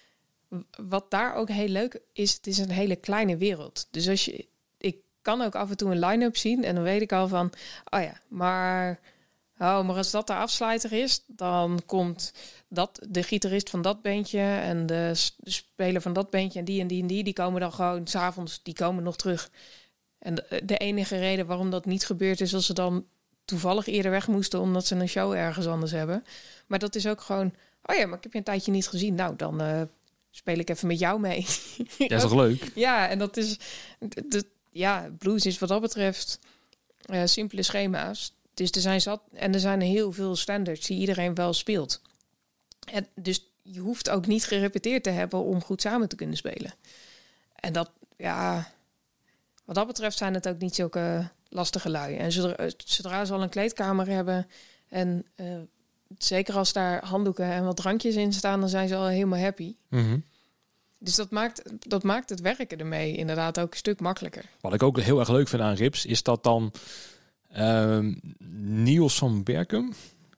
wat daar ook heel leuk is, het is een hele kleine wereld. Dus als je, ik kan ook af en toe een line-up zien en dan weet ik al van, oh ja, maar, oh, maar als dat de afsluiter is, dan komt dat de gitarist van dat bandje en de, de speler van dat bandje en die en die en die, die komen dan gewoon 's avonds, die komen nog terug. En de, de enige reden waarom dat niet gebeurt is als ze dan toevallig eerder weg moesten omdat ze een show ergens anders hebben. Maar dat is ook gewoon, oh ja, maar ik heb je een tijdje niet gezien. Nou, dan uh, speel ik even met jou mee. Ja, is toch leuk? Ja, en dat is, de, de, ja, blues is wat dat betreft uh, simpele schema's. Dus er zijn zat en er zijn heel veel standards die iedereen wel speelt. En dus je hoeft ook niet gerepeteerd te hebben om goed samen te kunnen spelen. En dat, ja... Wat dat betreft zijn het ook niet zulke lastige lui. En zodra, zodra ze al een kleedkamer hebben... en uh, zeker als daar handdoeken en wat drankjes in staan... dan zijn ze al helemaal happy. Mm-hmm. Dus dat maakt, dat maakt het werken ermee inderdaad ook een stuk makkelijker. Wat ik ook heel erg leuk vind aan Rips... is dat dan uh, Niels van Berkum...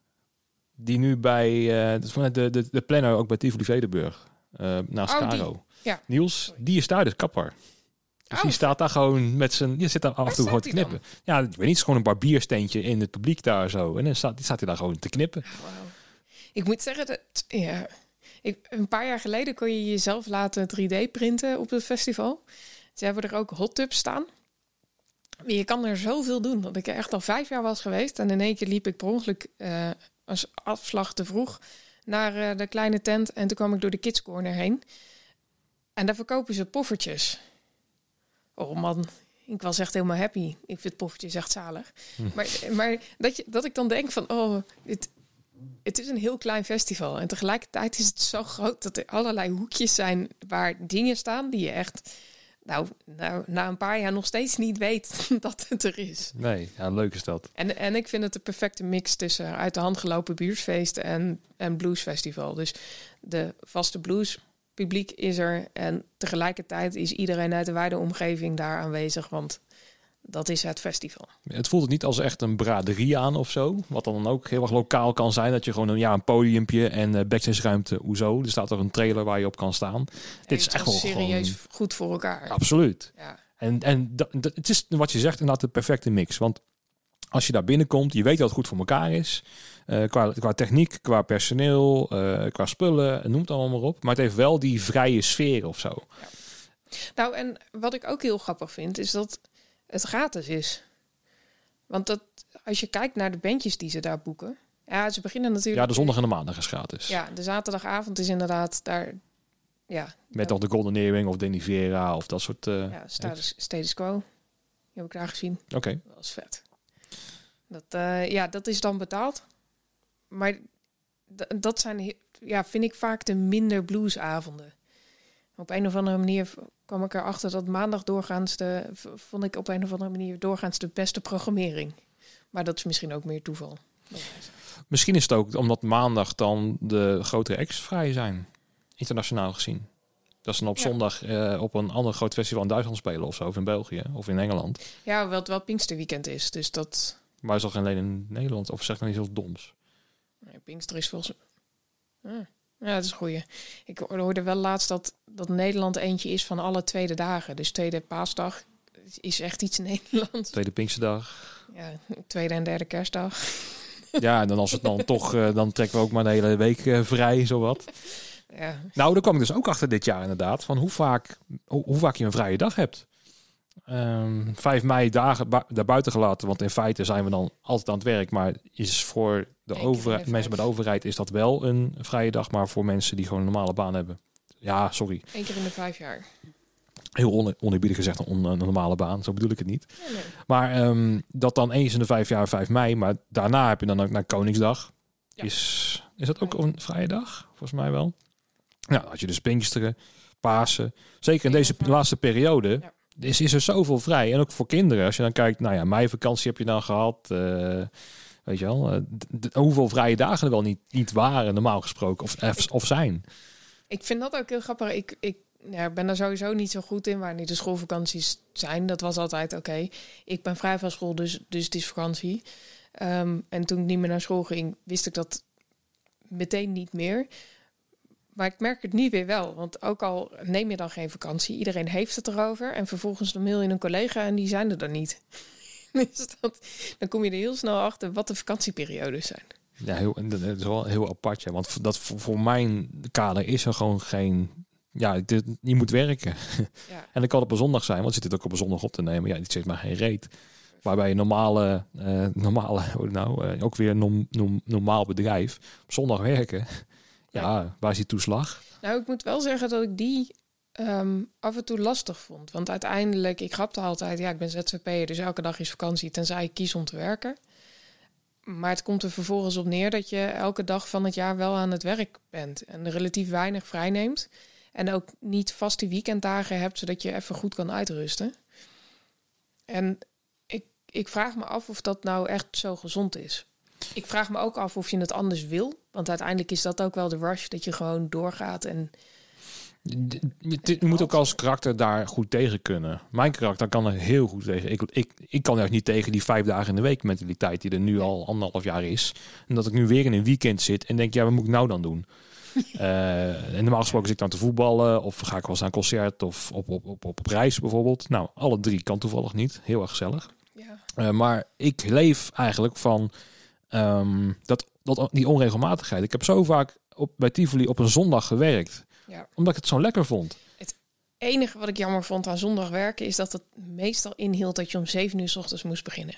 die nu bij uh, de, de, de planner ook bij Tivoli Vredenburg... Uh, naast oh, Caro. Die. Ja. Niels, die is daar de kapper. Dus oh. die staat daar gewoon met zijn... Je zit daar af en toe gewoon te knippen. Dan? Ja, ik weet niet, het is gewoon een barbiersteentje in het publiek daar zo. En dan staat, staat hij daar gewoon te knippen. Wow. Ik moet zeggen, dat ja, ik, een paar jaar geleden kon je jezelf laten drie D printen op het festival. Ze hebben er ook hot tubs staan. Je kan er zoveel doen. Dat ik er echt al vijf jaar was geweest. En in één keer liep ik per ongeluk uh, als afslag te vroeg naar uh, de kleine tent. En toen kwam ik door de kids corner heen. En daar verkopen ze poffertjes. Oh man, ik was echt helemaal happy. Ik vind poffertjes echt zalig. Hm. Maar, maar dat, je, dat ik dan denk van, oh, dit, het is een heel klein festival. En tegelijkertijd is het zo groot dat er allerlei hoekjes zijn waar dingen staan die je echt, nou, nou na een paar jaar nog steeds niet weet dat het er is. Nee, ja, leuk is dat. En, en ik vind het de perfecte mix tussen uit de hand gelopen buurtfeest en, en bluesfestival. Dus de vaste blues publiek is er en tegelijkertijd is iedereen uit de wijde omgeving daar aanwezig, want dat is het festival. Het voelt het niet als echt een braderie aan of zo, wat dan ook heel erg lokaal kan zijn, dat je gewoon een, ja, een podiumpje en uh, backstage ruimte, hoezo. Er staat er een trailer waar je op kan staan. En dit is echt wel serieus gewoon goed voor elkaar. Absoluut. Ja. En, en dat, dat, het is wat je zegt inderdaad de perfecte mix, want als je daar binnenkomt, je weet dat het goed voor elkaar is. Uh, qua, qua techniek, qua personeel, uh, qua spullen, noem het allemaal maar op. Maar het heeft wel die vrije sfeer of zo. Ja. Nou, en wat ik ook heel grappig vind, is dat het gratis is. Want dat, als je kijkt naar de bandjes die ze daar boeken. Ja, ze beginnen natuurlijk... Ja, de zondag en de maandag is gratis. Ja, de zaterdagavond is inderdaad daar... Ja, met al de Golden Earring of Denny Vera of dat soort... Uh, ja, status, status Quo. Die heb ik daar gezien. Oké. Okay. Dat was vet. Dat, uh, ja, dat is dan betaald. Maar d- dat zijn, ja, vind ik vaak de minder bluesavonden. Op een of andere manier kwam ik erachter dat maandag doorgaans de, vond ik op een of andere manier doorgaans de beste programmering. Maar dat is misschien ook meer toeval. Misschien is het ook omdat maandag dan de grotere acts vrij zijn, internationaal gezien. Dat ze dan op ja. zondag uh, op een ander groot festival in Duitsland spelen of zo, of in België of in Engeland. Ja, wel het wel Pinksterweekend is, dus dat... Maar is toch alleen in Nederland? Of zeg dan niet zo doms? Nee, Pinkster is volgens... Ah, ja, dat is een goeie. Ik hoorde wel laatst dat, dat Nederland eentje is van alle tweede dagen. Dus tweede paasdag is echt iets Nederlands. Tweede Pinksterdag. Ja, tweede en derde kerstdag. Ja, en dan als het dan toch... Uh, dan trekken we ook maar de hele week uh, vrij, zowat. Ja. Nou, daar kwam ik dus ook achter dit jaar inderdaad. Van hoe vaak, hoe, hoe vaak je een vrije dag hebt. Um, vijf mei dagen bu- daarbuiten gelaten. Want in feite zijn we dan altijd aan het werk. Maar is voor de overheid, mensen bij de overheid is dat wel een vrije dag. Maar voor mensen die gewoon een normale baan hebben. Ja, sorry. Eén keer in de vijf jaar. Heel on- oneerbiedig gezegd een, on- een normale baan. Zo bedoel ik het niet. Ja, nee. Maar um, dat dan eens in de vijf jaar, vijf mei. Maar daarna heb je dan ook naar Koningsdag. Ja. Is, is dat ook een vrije dag? Volgens mij wel. Nou, had je dus Pinksteren, Pasen. Zeker in deze laatste periode Ja. is, is er zoveel vrij. En ook voor kinderen. Als je dan kijkt, nou ja, meivakantie heb je dan gehad. Uh, weet je wel. Uh, d- d- hoeveel vrije dagen er wel niet, niet waren, normaal gesproken. Of, of, of zijn. Ik vind dat ook heel grappig. Ik, ik ja, ben daar sowieso niet zo goed in, waar niet de schoolvakanties zijn. Dat was altijd oké. Okay. Ik ben vrij van school, dus, dus het is vakantie. Um, en toen ik niet meer naar school ging, wist ik dat meteen niet meer. Maar ik merk het nu weer wel. Want ook al neem je dan geen vakantie, iedereen heeft het erover. En vervolgens dan mail je een collega en die zijn er dan niet. Dus dat, dan kom je er heel snel achter wat de vakantieperiodes zijn. Ja, heel, dat is wel heel apart. Ja. Want dat voor, voor mijn kader is er gewoon geen... Ja, dit, je moet werken. Ja. En dat kan op een zondag zijn, want je zit dit ook op een zondag op te nemen. Ja, dit zit maar geen reet. Waarbij je normale, uh, normale nou, uh, ook weer een nom, nom, normaal bedrijf op zondag werken. Ja, ja, waar is die toeslag? Nou, ik moet wel zeggen dat ik die um, af en toe lastig vond. Want uiteindelijk, ik grapte altijd, ja, ik ben Z Z P'er, dus elke dag is vakantie, tenzij ik kies om te werken. Maar het komt er vervolgens op neer dat je elke dag van het jaar wel aan het werk bent. En relatief weinig vrij neemt. En ook niet vaste weekenddagen hebt, zodat je even goed kan uitrusten. En ik, ik vraag me af of dat nou echt zo gezond is. Ik vraag me ook af of je het anders wil. Want uiteindelijk is dat ook wel de rush, dat je gewoon doorgaat. En je, je, je moet ook als karakter daar goed tegen kunnen. Mijn karakter kan er heel goed tegen. Ik, ik, ik kan er niet tegen die vijf dagen in de week mentaliteit die er nu al anderhalf jaar is. En dat ik nu weer in een weekend zit en denk, ja, wat moet ik nou dan doen? Uh, en normaal gesproken zit ik dan te voetballen of ga ik wel eens naar een concert of op, op, op, op reis bijvoorbeeld. Nou, alle drie kan toevallig niet. Heel erg gezellig. Ja. Uh, maar ik leef eigenlijk van um, dat, dat, die onregelmatigheid. Ik heb zo vaak op, bij Tivoli op een zondag gewerkt. Ja. Omdat ik het zo lekker vond. Het enige wat ik jammer vond aan zondag werken is dat het meestal inhield dat je om zeven uur 's ochtends moest beginnen.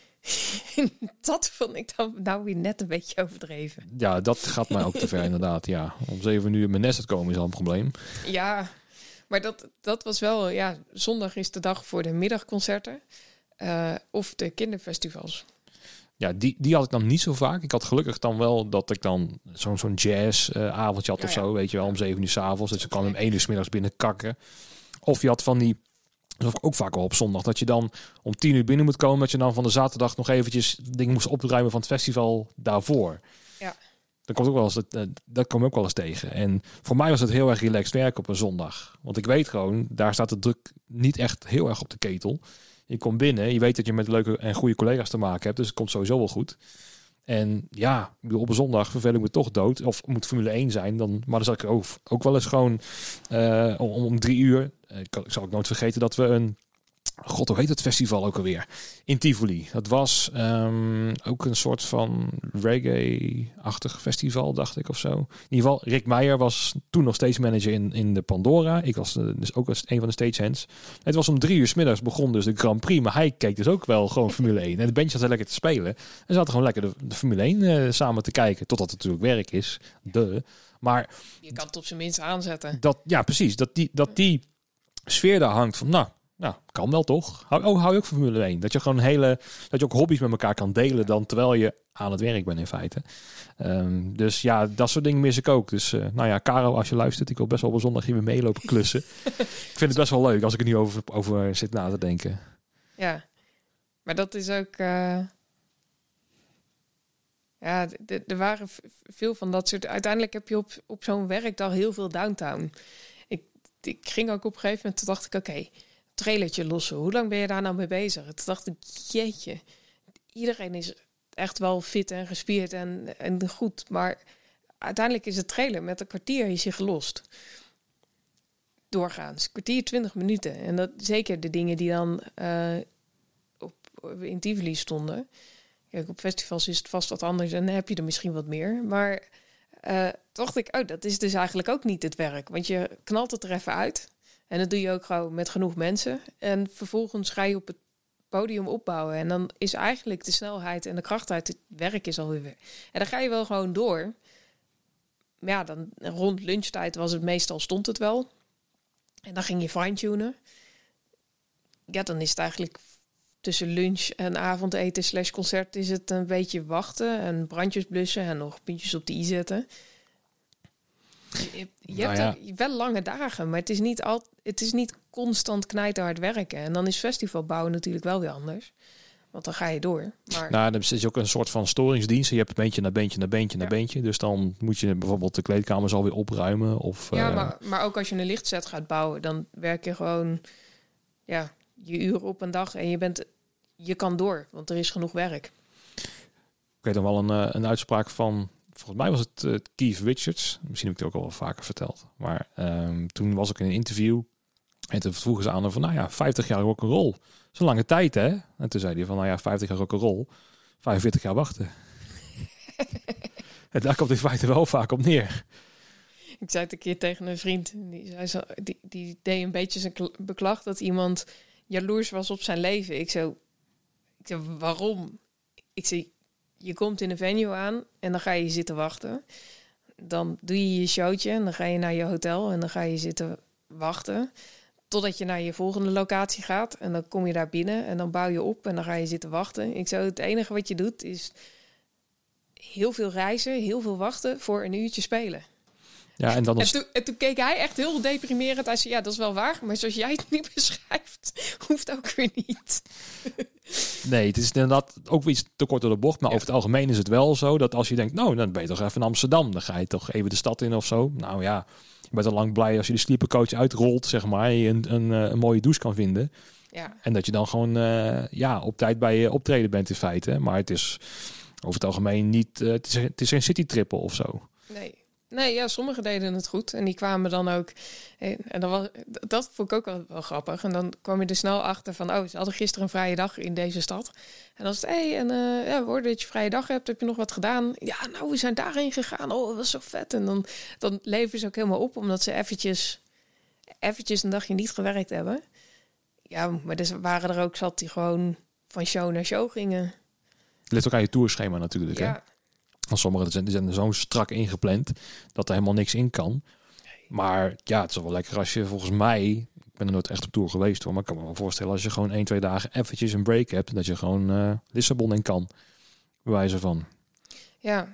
Dat vond ik dan nou weer net een beetje overdreven. Ja, dat gaat mij ook te ver inderdaad. Ja, om zeven uur in mijn nest te komen is al een probleem. Ja, maar dat, dat was wel... Ja, zondag is de dag voor de middagconcerten. Uh, of de kinderfestivals. Ja, die, die had ik dan niet zo vaak. Ik had gelukkig dan wel dat ik dan zo'n zo'n jazzavondje uh, had ja, of zo. ja. Weet je wel, om zeven uur 's avonds. Dus je kan om één uur 's middags binnen kakken. Of je had van die... Dat was ook vaak wel op zondag. Dat je dan om tien uur binnen moet komen. Dat je dan van de zaterdag nog eventjes dingen moest opruimen van het festival daarvoor. Ja. Dat komt ook wel eens, dat, dat kom ik ook wel eens tegen. En voor mij was het heel erg relaxed werken op een zondag. Want ik weet gewoon, daar staat de druk niet echt heel erg op de ketel. Je komt binnen, je weet dat je met leuke en goede collega's te maken hebt. Dus het komt sowieso wel goed. En ja, op een zondag vervel ik me toch dood. Of moet Formule één zijn. Dan, maar dan zal ik ook, ook wel eens gewoon uh, om, om drie uur... Ik, ik zal ook nooit vergeten dat we een... God, hoe heet het festival ook alweer? In Tivoli. Dat was um, ook een soort van reggae-achtig festival, dacht ik, of zo. In ieder geval, Rick Meijer was toen nog stage manager in, in de Pandora. Ik was uh, dus ook een van de stagehands. Het was om drie uur 's middags begon dus de Grand Prix. Maar hij keek dus ook wel gewoon Formule één. En de bandje zat lekker te spelen. En zaten gewoon lekker de, de Formule één uh, samen te kijken. Totdat het natuurlijk werk is. De. Maar je kan het op zijn minst aanzetten. Dat, ja, precies. Dat die, dat die sfeer daar hangt van, nou, nou, kan wel toch? Hou, oh, hou je ook van Formule één? Dat je gewoon hele, dat je ook hobby's met elkaar kan delen dan terwijl je aan het werk bent in feite. Um, dus ja, dat soort dingen mis ik ook. Dus uh, nou ja, Caro, als je luistert, ik wil best wel op een zondag hier weer meelopen klussen. Ik vind het best wel leuk als ik er nu over, over zit na te denken. Ja, maar dat is ook... Uh... Ja, er waren veel van dat soort... Uiteindelijk heb je op, op zo'n werkdag heel veel downtown. Ik, ik ging ook op een gegeven moment, toen dacht ik, oké, okay, trailertje lossen. Hoe lang ben je daar nou mee bezig? Toen dacht ik, jeetje, iedereen is echt wel fit en gespierd en, en goed. Maar uiteindelijk is het trailer met een kwartier is je gelost. Doorgaans, kwartier, twintig minuten. En dat zeker de dingen die dan uh, op, in Tivoli stonden... Kijk, op festivals is het vast wat anders en dan heb je er misschien wat meer. Maar Uh, dacht ik, oh, dat is dus eigenlijk ook niet het werk. Want je knalt het er even uit. En dat doe je ook gewoon met genoeg mensen. En vervolgens ga je op het podium opbouwen. En dan is eigenlijk de snelheid en de kracht uit het werk is alweer weer. En dan ga je wel gewoon door. Maar ja, dan rond lunchtijd was het meestal, stond het wel. En dan ging je fine-tunen. Ja, dan is het eigenlijk tussen lunch en avondeten slash concert is het een beetje wachten en brandjes blussen en nog puntjes op de i zetten. Je, je nou hebt ja. er wel lange dagen, maar het is niet al, het is niet constant knijterhard werken. En dan is festivalbouwen natuurlijk wel weer anders. Want dan ga je door. Maar... Nou, dan is ook een soort van storingsdienst. Je hebt beentje na beentje na beentje ja. na beentje. Dus dan moet je bijvoorbeeld de kleedkamers alweer opruimen. Of, ja, uh... maar, maar ook als je een lichtset gaat bouwen, dan werk je gewoon ja, je uren op een dag en je bent, je kan door, want er is genoeg werk. Ik weet dan wel een, een uitspraak van, volgens mij was het uh, Keith Richards. Misschien heb ik het ook al vaker verteld. Maar um, toen was ik in een interview en toen vroegen ze aan hem van, nou ja, vijftig jaar rock'n'roll. Dat is een lange tijd, hè? En toen zei hij van, nou ja, vijftig jaar rock'n'roll, vijfenveertig jaar wachten. En daar komt in feite wel vaak op neer. Ik zei het een keer tegen een vriend, die, zei zo, die, die deed een beetje zijn beklag dat iemand jaloers was op zijn leven. Ik zo, ik zo, waarom? Ik zei, je komt in een venue aan en dan ga je zitten wachten. Dan doe je je showtje en dan ga je naar je hotel en dan ga je zitten wachten. Totdat je naar je volgende locatie gaat en dan kom je daar binnen en dan bouw je op en dan ga je zitten wachten. Ik zou het enige wat je doet is heel veel reizen, heel veel wachten voor een uurtje spelen. Ja, en, dan is... en, toen, en toen keek hij echt heel deprimerend. Hij zei, ja, dat is wel waar, maar zoals jij het nu beschrijft, hoeft ook weer niet. Nee, het is inderdaad ook weer iets te kort door de bocht. Maar ja. over het algemeen is het wel zo dat als je denkt, nou, dan ben je toch even in Amsterdam. Dan ga je toch even de stad in of zo. Nou ja, je bent al lang blij als je de sleepercoach uitrolt, zeg maar. En je een, een, een mooie douche kan vinden. Ja. En dat je dan gewoon uh, ja, op tijd bij je optreden bent in feite. Maar het is over het algemeen niet, uh, het, is, het is geen citytrippel of zo. Nee. Nee, ja, sommigen deden het goed. En die kwamen dan ook... En dat, was, dat vond ik ook wel, wel grappig. En dan kwam je er snel achter van... Oh, ze hadden gisteren een vrije dag in deze stad. En dan is het... Hé, hey, en uh, ja, we hoorden dat je vrije dag hebt. Heb je nog wat gedaan? Ja, nou, we zijn daarheen gegaan. Oh, dat was zo vet. En dan, dan leven ze ook helemaal op. Omdat ze eventjes, eventjes een dagje niet gewerkt hebben. Ja, maar er waren er ook zat die gewoon van show naar show gingen. Het ligt ook aan je tourschema natuurlijk, ja. hè? Want sommigen zijn, zijn er zo strak ingepland dat er helemaal niks in kan. Maar ja, het is wel lekker als je volgens mij... Ik ben er nooit echt op tour geweest hoor. Maar ik kan me wel voorstellen als je gewoon één, twee dagen eventjes een break hebt. Dat je gewoon uh, Lissabon in kan. Bij wijze van. Ja.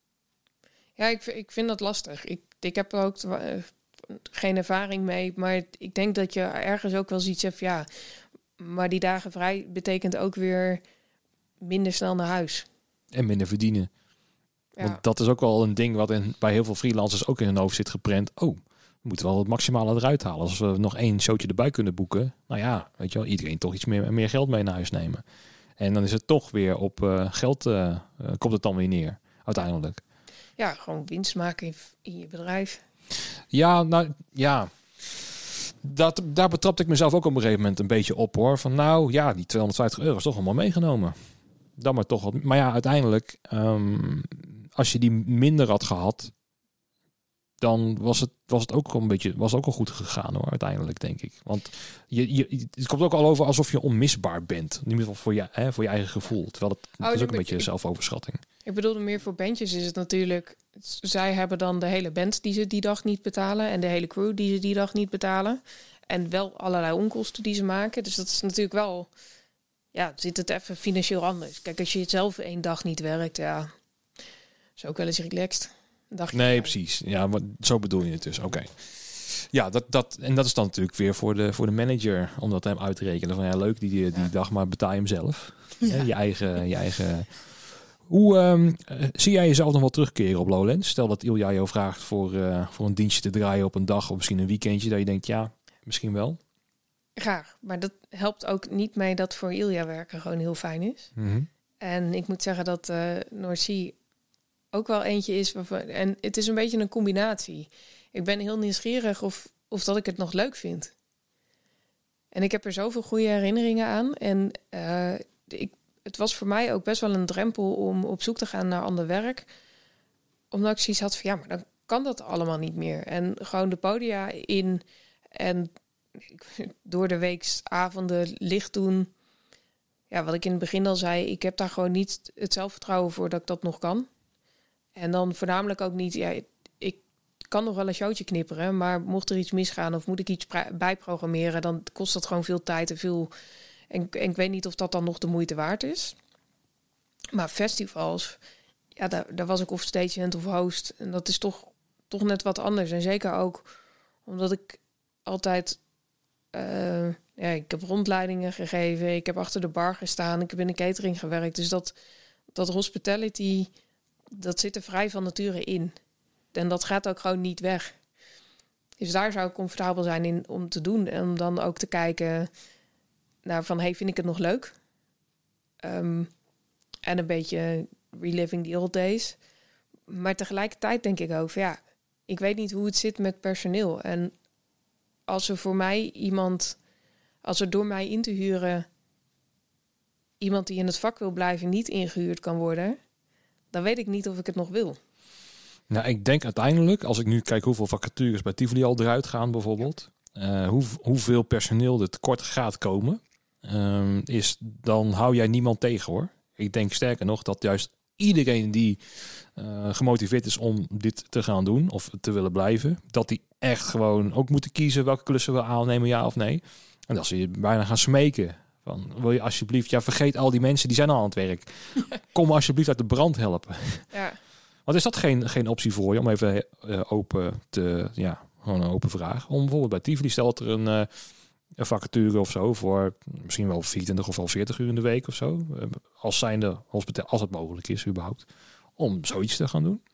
Ja, ik, ik vind dat lastig. Ik, ik heb er ook uh, geen ervaring mee. Maar ik denk dat je ergens ook wel zoiets hebt. Ja, maar die dagen vrij betekent ook weer minder snel naar huis. En minder verdienen. Ja. Want dat is ook wel een ding wat in, bij heel veel freelancers ook in hun hoofd zit geprent. Oh, we moeten wel het maximale eruit halen. Als we nog één showtje erbij kunnen boeken. Nou ja, weet je wel, iedereen toch iets meer, meer geld mee naar huis nemen. En dan is het toch weer op uh, geld, uh, uh, komt het dan weer neer, uiteindelijk. Ja, gewoon winst maken in, in je bedrijf. Ja, nou ja. Dat, daar betrapte ik mezelf ook op een gegeven moment een beetje op hoor. Van nou ja, die tweehonderdvijftig euro is toch allemaal meegenomen. Dan maar toch wat. Maar ja, uiteindelijk... Um, als je die minder had gehad, dan was het, was het ook een beetje, was het ook al goed gegaan hoor, uiteindelijk denk ik. Want je, je, het komt ook al over alsof je onmisbaar bent. In ieder geval voor je, hè, voor je eigen gevoel. Terwijl het, het oh, is ook een beetje ik, zelfoverschatting. Ik bedoelde meer voor bandjes is het natuurlijk, zij hebben dan de hele band die ze die dag niet betalen en de hele crew die ze die dag niet betalen. En wel allerlei onkosten die ze maken. Dus dat is natuurlijk wel, ja, zit het even financieel anders. Kijk, als je het zelf één dag niet werkt, ja... is ook wel eens relaxed. Dacht nee, je precies. Ja, maar zo bedoel je het dus. Oké. Okay. Ja, dat, dat, en dat is dan natuurlijk weer voor de, voor de manager om dat hem uit te rekenen. Van ja, leuk die, die ja. dag, maar betaal je hem zelf. Ja. Ja, je eigen... Je eigen... Hoe um, zie jij jezelf nog wel terugkeren op Lowlands? Stel dat Ilja jou vraagt voor, uh, voor een dienstje te draaien op een dag of misschien een weekendje. Dat je denkt, ja, misschien wel. Graag. Maar dat helpt ook niet mee dat voor Ilja werken gewoon heel fijn is. Mm-hmm. En ik moet zeggen dat uh, Noordzee ook wel eentje is waarvan, en het is een beetje een combinatie. Ik ben heel nieuwsgierig of, of dat ik het nog leuk vind. En ik heb er zoveel goede herinneringen aan. En uh, ik, het was voor mij ook best wel een drempel om op zoek te gaan naar ander werk. omdat ik zoiets had van, ja, maar dan kan dat allemaal niet meer. En gewoon de podia in en door de weeksavonden licht doen. Ja, wat ik in het begin al zei, ik heb daar gewoon niet het zelfvertrouwen voor dat ik dat nog kan. En dan voornamelijk ook niet, ja, ik kan nog wel een showtje knipperen, maar mocht er iets misgaan of moet ik iets pra- bijprogrammeren, dan kost dat gewoon veel tijd en veel. En, en ik weet niet of dat dan nog de moeite waard is. Maar festivals, ja, daar, daar was ik of stagehand of host. En dat is toch, toch net wat anders. En zeker ook omdat ik altijd... Uh, ja, ik heb rondleidingen gegeven. Ik heb achter de bar gestaan. Ik heb in de catering gewerkt. Dus dat, dat hospitality, dat zit er vrij van nature in. En dat gaat ook gewoon niet weg. Dus daar zou ik comfortabel zijn in om te doen. En om dan ook te kijken naar van, hey, vind ik het nog leuk? Um, en een beetje reliving the old days. Maar tegelijkertijd denk ik ook van, ja, ik weet niet hoe het zit met personeel. En als er voor mij iemand, als er door mij in te huren iemand die in het vak wil blijven niet ingehuurd kan worden, dan weet ik niet of ik het nog wil. Nou, ik denk uiteindelijk, als ik nu kijk hoeveel vacatures bij Tivoli al eruit gaan bijvoorbeeld, uh, hoe, hoeveel personeel er tekort gaat komen, um, is dan hou jij niemand tegen, hoor. Ik denk sterker nog dat juist iedereen die uh, gemotiveerd is om dit te gaan doen of te willen blijven, dat die echt gewoon ook moeten kiezen welke klussen we aannemen, ja of nee. En dat ze je bijna gaan smeken. Van, wil je alsjeblieft, ja, vergeet al die mensen die zijn al aan het werk. Kom alsjeblieft uit de brand helpen. Ja. Want is dat geen, geen optie voor je om even uh, open te, ja, gewoon een open vraag. Om bijvoorbeeld bij Tivoli stelt er een, uh, een vacature of zo voor misschien wel vierentwintig of wel veertig uur in de week of zo. Uh, als zijnde hospitaal, als het mogelijk is überhaupt. Om zoiets te gaan doen.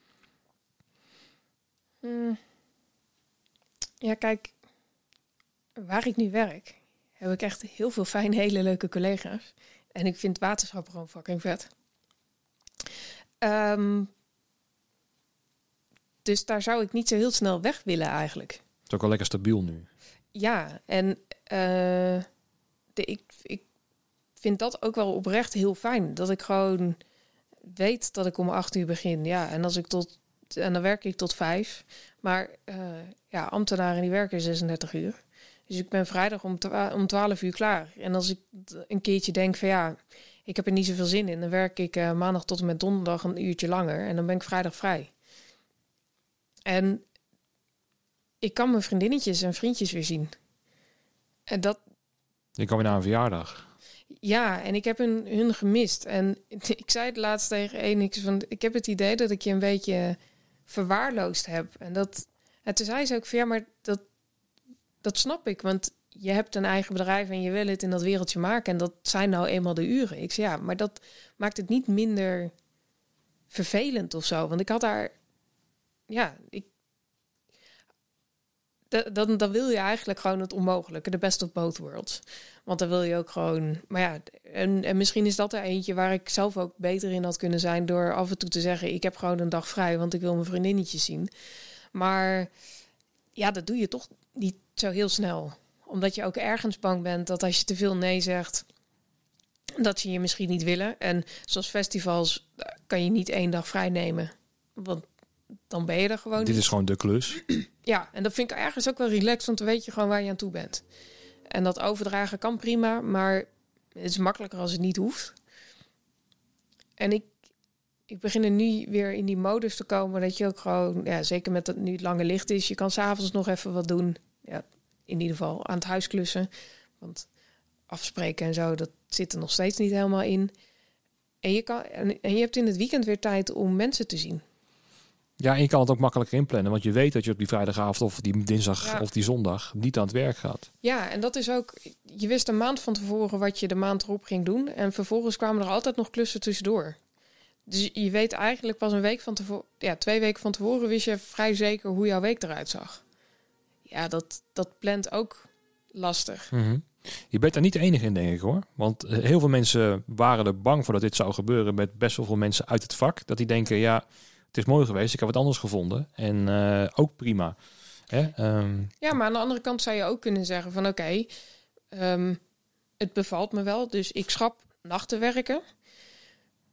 Hmm. Ja, kijk, waar ik nu werk, heb ik echt heel veel fijne, hele leuke collega's. En ik vind waterschap gewoon fucking vet. Um, dus daar zou ik niet zo heel snel weg willen eigenlijk. Het is ook wel lekker stabiel nu. Ja, en uh, de, ik, ik vind dat ook wel oprecht heel fijn. Dat ik gewoon weet dat ik om acht uur begin. Ja, en als ik tot en dan werk ik tot vijf. Maar uh, ja, ambtenaren die werken zesendertig uur. Dus ik ben vrijdag om, twa- om twaalf uur klaar. En als ik een keertje denk van ja, ik heb er niet zoveel zin in, dan werk ik uh, maandag tot en met donderdag een uurtje langer. En dan ben ik vrijdag vrij. En ik kan mijn vriendinnetjes en vriendjes weer zien. En dat... Je kan weer naar een verjaardag. Ja, en ik heb hun, hun gemist. En ik zei het laatst tegen een, ik, van, ik heb het idee dat ik je een beetje verwaarloosd heb. En, dat, en toen zei ze ook van ja, maar dat, dat snap ik. Want je hebt een eigen bedrijf en je wil het in dat wereldje maken. En dat zijn nou eenmaal de uren. Ik zei ja, maar dat maakt het niet minder vervelend of zo. Want ik had daar... Ja, ik... Dan, dan wil je eigenlijk gewoon het onmogelijke. De best of both worlds. Want dan wil je ook gewoon... Maar ja, en, en misschien is dat er eentje waar ik zelf ook beter in had kunnen zijn... door af en toe te zeggen, ik heb gewoon een dag vrij... want ik wil mijn vriendinnetjes zien. Maar ja, dat doe je toch niet zo heel snel. Omdat je ook ergens bang bent dat als je te veel nee zegt... dat ze je misschien niet willen. En zoals festivals kan je niet één dag vrij nemen. Want dan ben je er gewoon Dit niet. is gewoon de klus. Ja, en dat vind ik ergens ook wel relaxed, want dan weet je gewoon waar je aan toe bent. En dat overdragen kan prima, maar het is makkelijker als het niet hoeft. En ik, ik begin er nu weer in die modus te komen dat je ook gewoon, ja, zeker met dat nu het lange licht is, je kan 's avonds nog even wat doen. Ja, in ieder geval aan het huis klussen. Want afspreken en zo, dat zit er nog steeds niet helemaal in. En je, kan, en, en je hebt in het weekend weer tijd om mensen te zien. Ja, en je kan het ook makkelijker inplannen. Want je weet dat je op die vrijdagavond of die dinsdag ja. of die zondag niet aan het werk gaat. Ja, en dat is ook... Je wist een maand van tevoren wat je de maand erop ging doen. En vervolgens kwamen er altijd nog klussen tussendoor. Dus je weet eigenlijk pas een week van tevoren... Ja, twee weken van tevoren wist je vrij zeker hoe jouw week eruit zag. Ja, dat, dat plant ook lastig. Mm-hmm. Je bent daar niet de enige in, denk ik, hoor. Want heel veel mensen waren er bang voor dat dit zou gebeuren... met best wel veel mensen uit het vak. Dat die denken, ja... Het is mooi geweest, ik heb wat anders gevonden. En uh, ook prima. Hè? Um... Ja, maar aan de andere kant zou je ook kunnen zeggen van... oké, okay, um, het bevalt me wel, dus ik schrap nachten werken.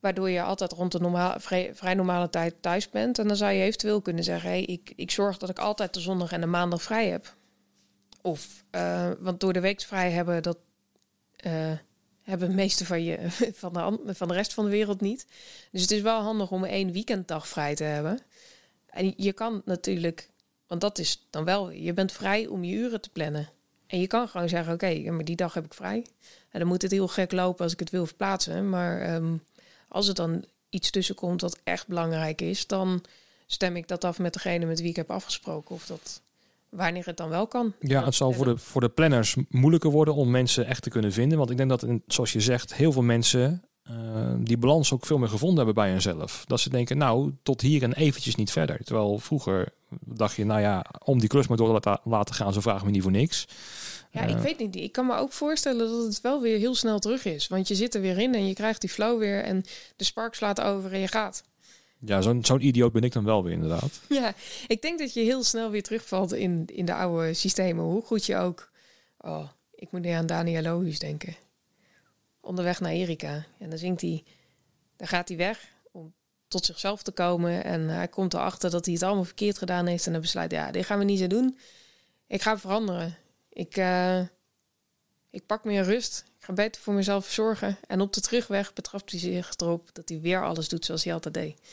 waardoor je altijd rond de normaal, vrij, vrij normale tijd thuis bent. En dan zou je eventueel kunnen zeggen, hey, ik, ik zorg dat ik altijd de zondag en de maandag vrij heb. Of, uh, want door de week vrij hebben, dat uh, hebben de meeste van, je, van, de, van de rest van de wereld niet. Dus het is wel handig om één weekenddag vrij te hebben. En je kan natuurlijk, want dat is dan wel, je bent vrij om je uren te plannen. En je kan gewoon zeggen, oké, okay, maar die dag heb ik vrij. En dan moet het heel gek lopen als ik het wil verplaatsen. Maar um, als er dan iets tussenkomt dat echt belangrijk is, dan stem ik dat af met degene met wie ik heb afgesproken. Of dat, wanneer het dan wel kan. Ja, het zal voor de, voor de planners moeilijker worden om mensen echt te kunnen vinden. Want ik denk dat, zoals je zegt, heel veel mensen uh, die balans ook veel meer gevonden hebben bij hunzelf. Dat ze denken, nou, tot hier en eventjes niet verder. Terwijl vroeger dacht je, nou ja, om die klus maar door te laten gaan, zo vragen we niet voor niks. Ja, ik weet niet. Ik kan me ook voorstellen dat het wel weer heel snel terug is. Want je zit er weer in en je krijgt die flow weer en de spark slaat over en je gaat. Ja, zo'n zo'n idioot ben ik dan wel weer inderdaad. Ja, ik denk dat je heel snel weer terugvalt in, in de oude systemen. Hoe goed je ook... Oh, ik moet nu aan Daniel Lohuus denken. Onderweg naar Erika. En dan zingt hij... Dan gaat hij weg om tot zichzelf te komen. En hij komt erachter dat hij het allemaal verkeerd gedaan heeft. En dan besluit, ja, dit gaan we niet zo doen. Ik ga veranderen. Ik, uh, ik pak meer rust. Ik ga beter voor mezelf zorgen. En op de terugweg betrapt hij zich erop dat hij weer alles doet zoals hij altijd deed.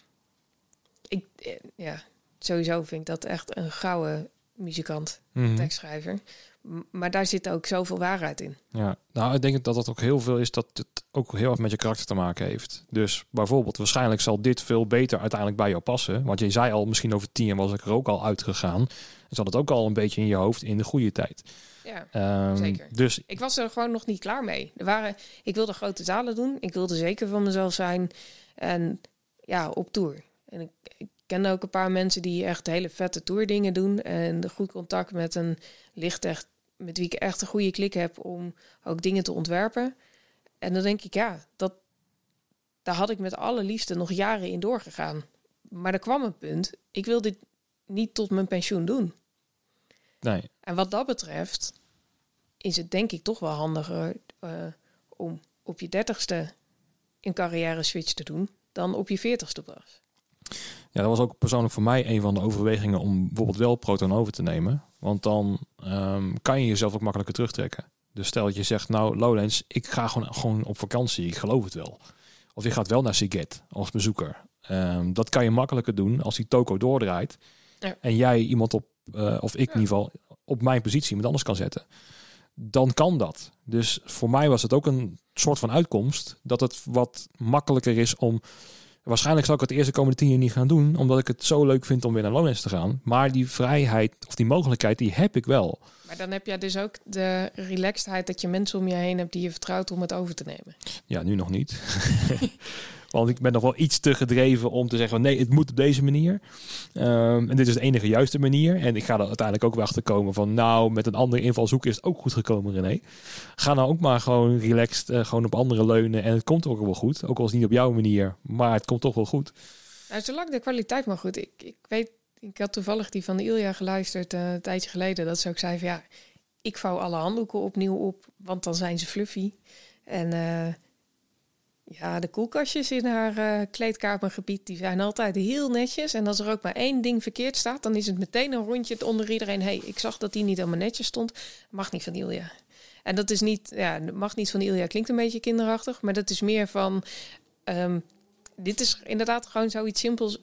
Ik, ja, sowieso vind ik dat echt een gouden muzikant, mm-hmm. tekstschrijver. Maar daar zit ook zoveel waarheid in. Ja, nou, ik denk dat dat ook heel veel is dat het ook heel erg met je karakter te maken heeft. Dus bijvoorbeeld, waarschijnlijk zal dit veel beter uiteindelijk bij jou passen. Want je zei al, misschien over tien jaar was ik er ook al uitgegaan. En zat het ook al een beetje in je hoofd in de goede tijd. Ja, um, zeker. Dus ik was er gewoon nog niet klaar mee. Er waren, ik wilde grote zalen doen. Ik wilde zeker van mezelf zijn. En ja, op tour. En ik, ik kende ook een paar mensen die echt hele vette tourdingen doen. En goed contact met een licht echt, met wie ik echt een goede klik heb om ook dingen te ontwerpen. En dan denk ik, ja, dat, daar had ik met alle liefde nog jaren in doorgegaan. Maar er kwam een punt. Ik wil dit niet tot mijn pensioen doen. Nee. En wat dat betreft is het denk ik toch wel handiger uh, om op je dertigste een carrière switch te doen dan op je veertigste pas. Ja, dat was ook persoonlijk voor mij een van de overwegingen om bijvoorbeeld wel Proton over te nemen. Want dan um, kan je jezelf ook makkelijker terugtrekken. Dus stel dat je zegt, nou Lowlands, ik ga gewoon, gewoon op vakantie, ik geloof het wel. Of je gaat wel naar Siget als bezoeker. Um, dat kan je makkelijker doen als die toko doordraait. Ja. En jij iemand op, uh, of ik ja. in ieder geval, op mijn positie iemand anders kan zetten. Dan kan dat. Dus voor mij was het ook een soort van uitkomst dat het wat makkelijker is om... Waarschijnlijk zal ik het de eerste komende tien jaar niet gaan doen, omdat ik het zo leuk vind om weer naar Lowlands te gaan. Maar die vrijheid of die mogelijkheid, die heb ik wel. Maar dan heb jij dus ook de relaxedheid dat je mensen om je heen hebt die je vertrouwt om het over te nemen. Ja, nu nog niet. Want ik ben nog wel iets te gedreven om te zeggen, nee, het moet op deze manier. Um, en dit is de enige juiste manier. En ik ga er uiteindelijk ook weer achter komen van, nou, met een andere invalshoek is het ook goed gekomen, René. Ga nou ook maar gewoon relaxed, uh, gewoon op andere leunen. En het komt ook wel goed. Ook al is het niet op jouw manier, maar het komt toch wel goed. Nou, zolang de kwaliteit maar goed. Ik, ik weet, ik had toevallig die van de Ilja geluisterd uh, een tijdje geleden. Dat ze ook zei van, ja, ik vouw alle handdoeken opnieuw op, want dan zijn ze fluffy. En... Uh, Ja, de koelkastjes in haar uh, kleedkamergebied, die zijn altijd heel netjes. En als er ook maar één ding verkeerd staat, dan is het meteen een rondje onder iedereen. Hé, hey, ik zag dat die niet helemaal netjes stond. Mag niet van Ilja. En dat is niet, ja, mag niet van Ilja klinkt een beetje kinderachtig. Maar dat is meer van, um, dit is inderdaad gewoon zoiets simpels.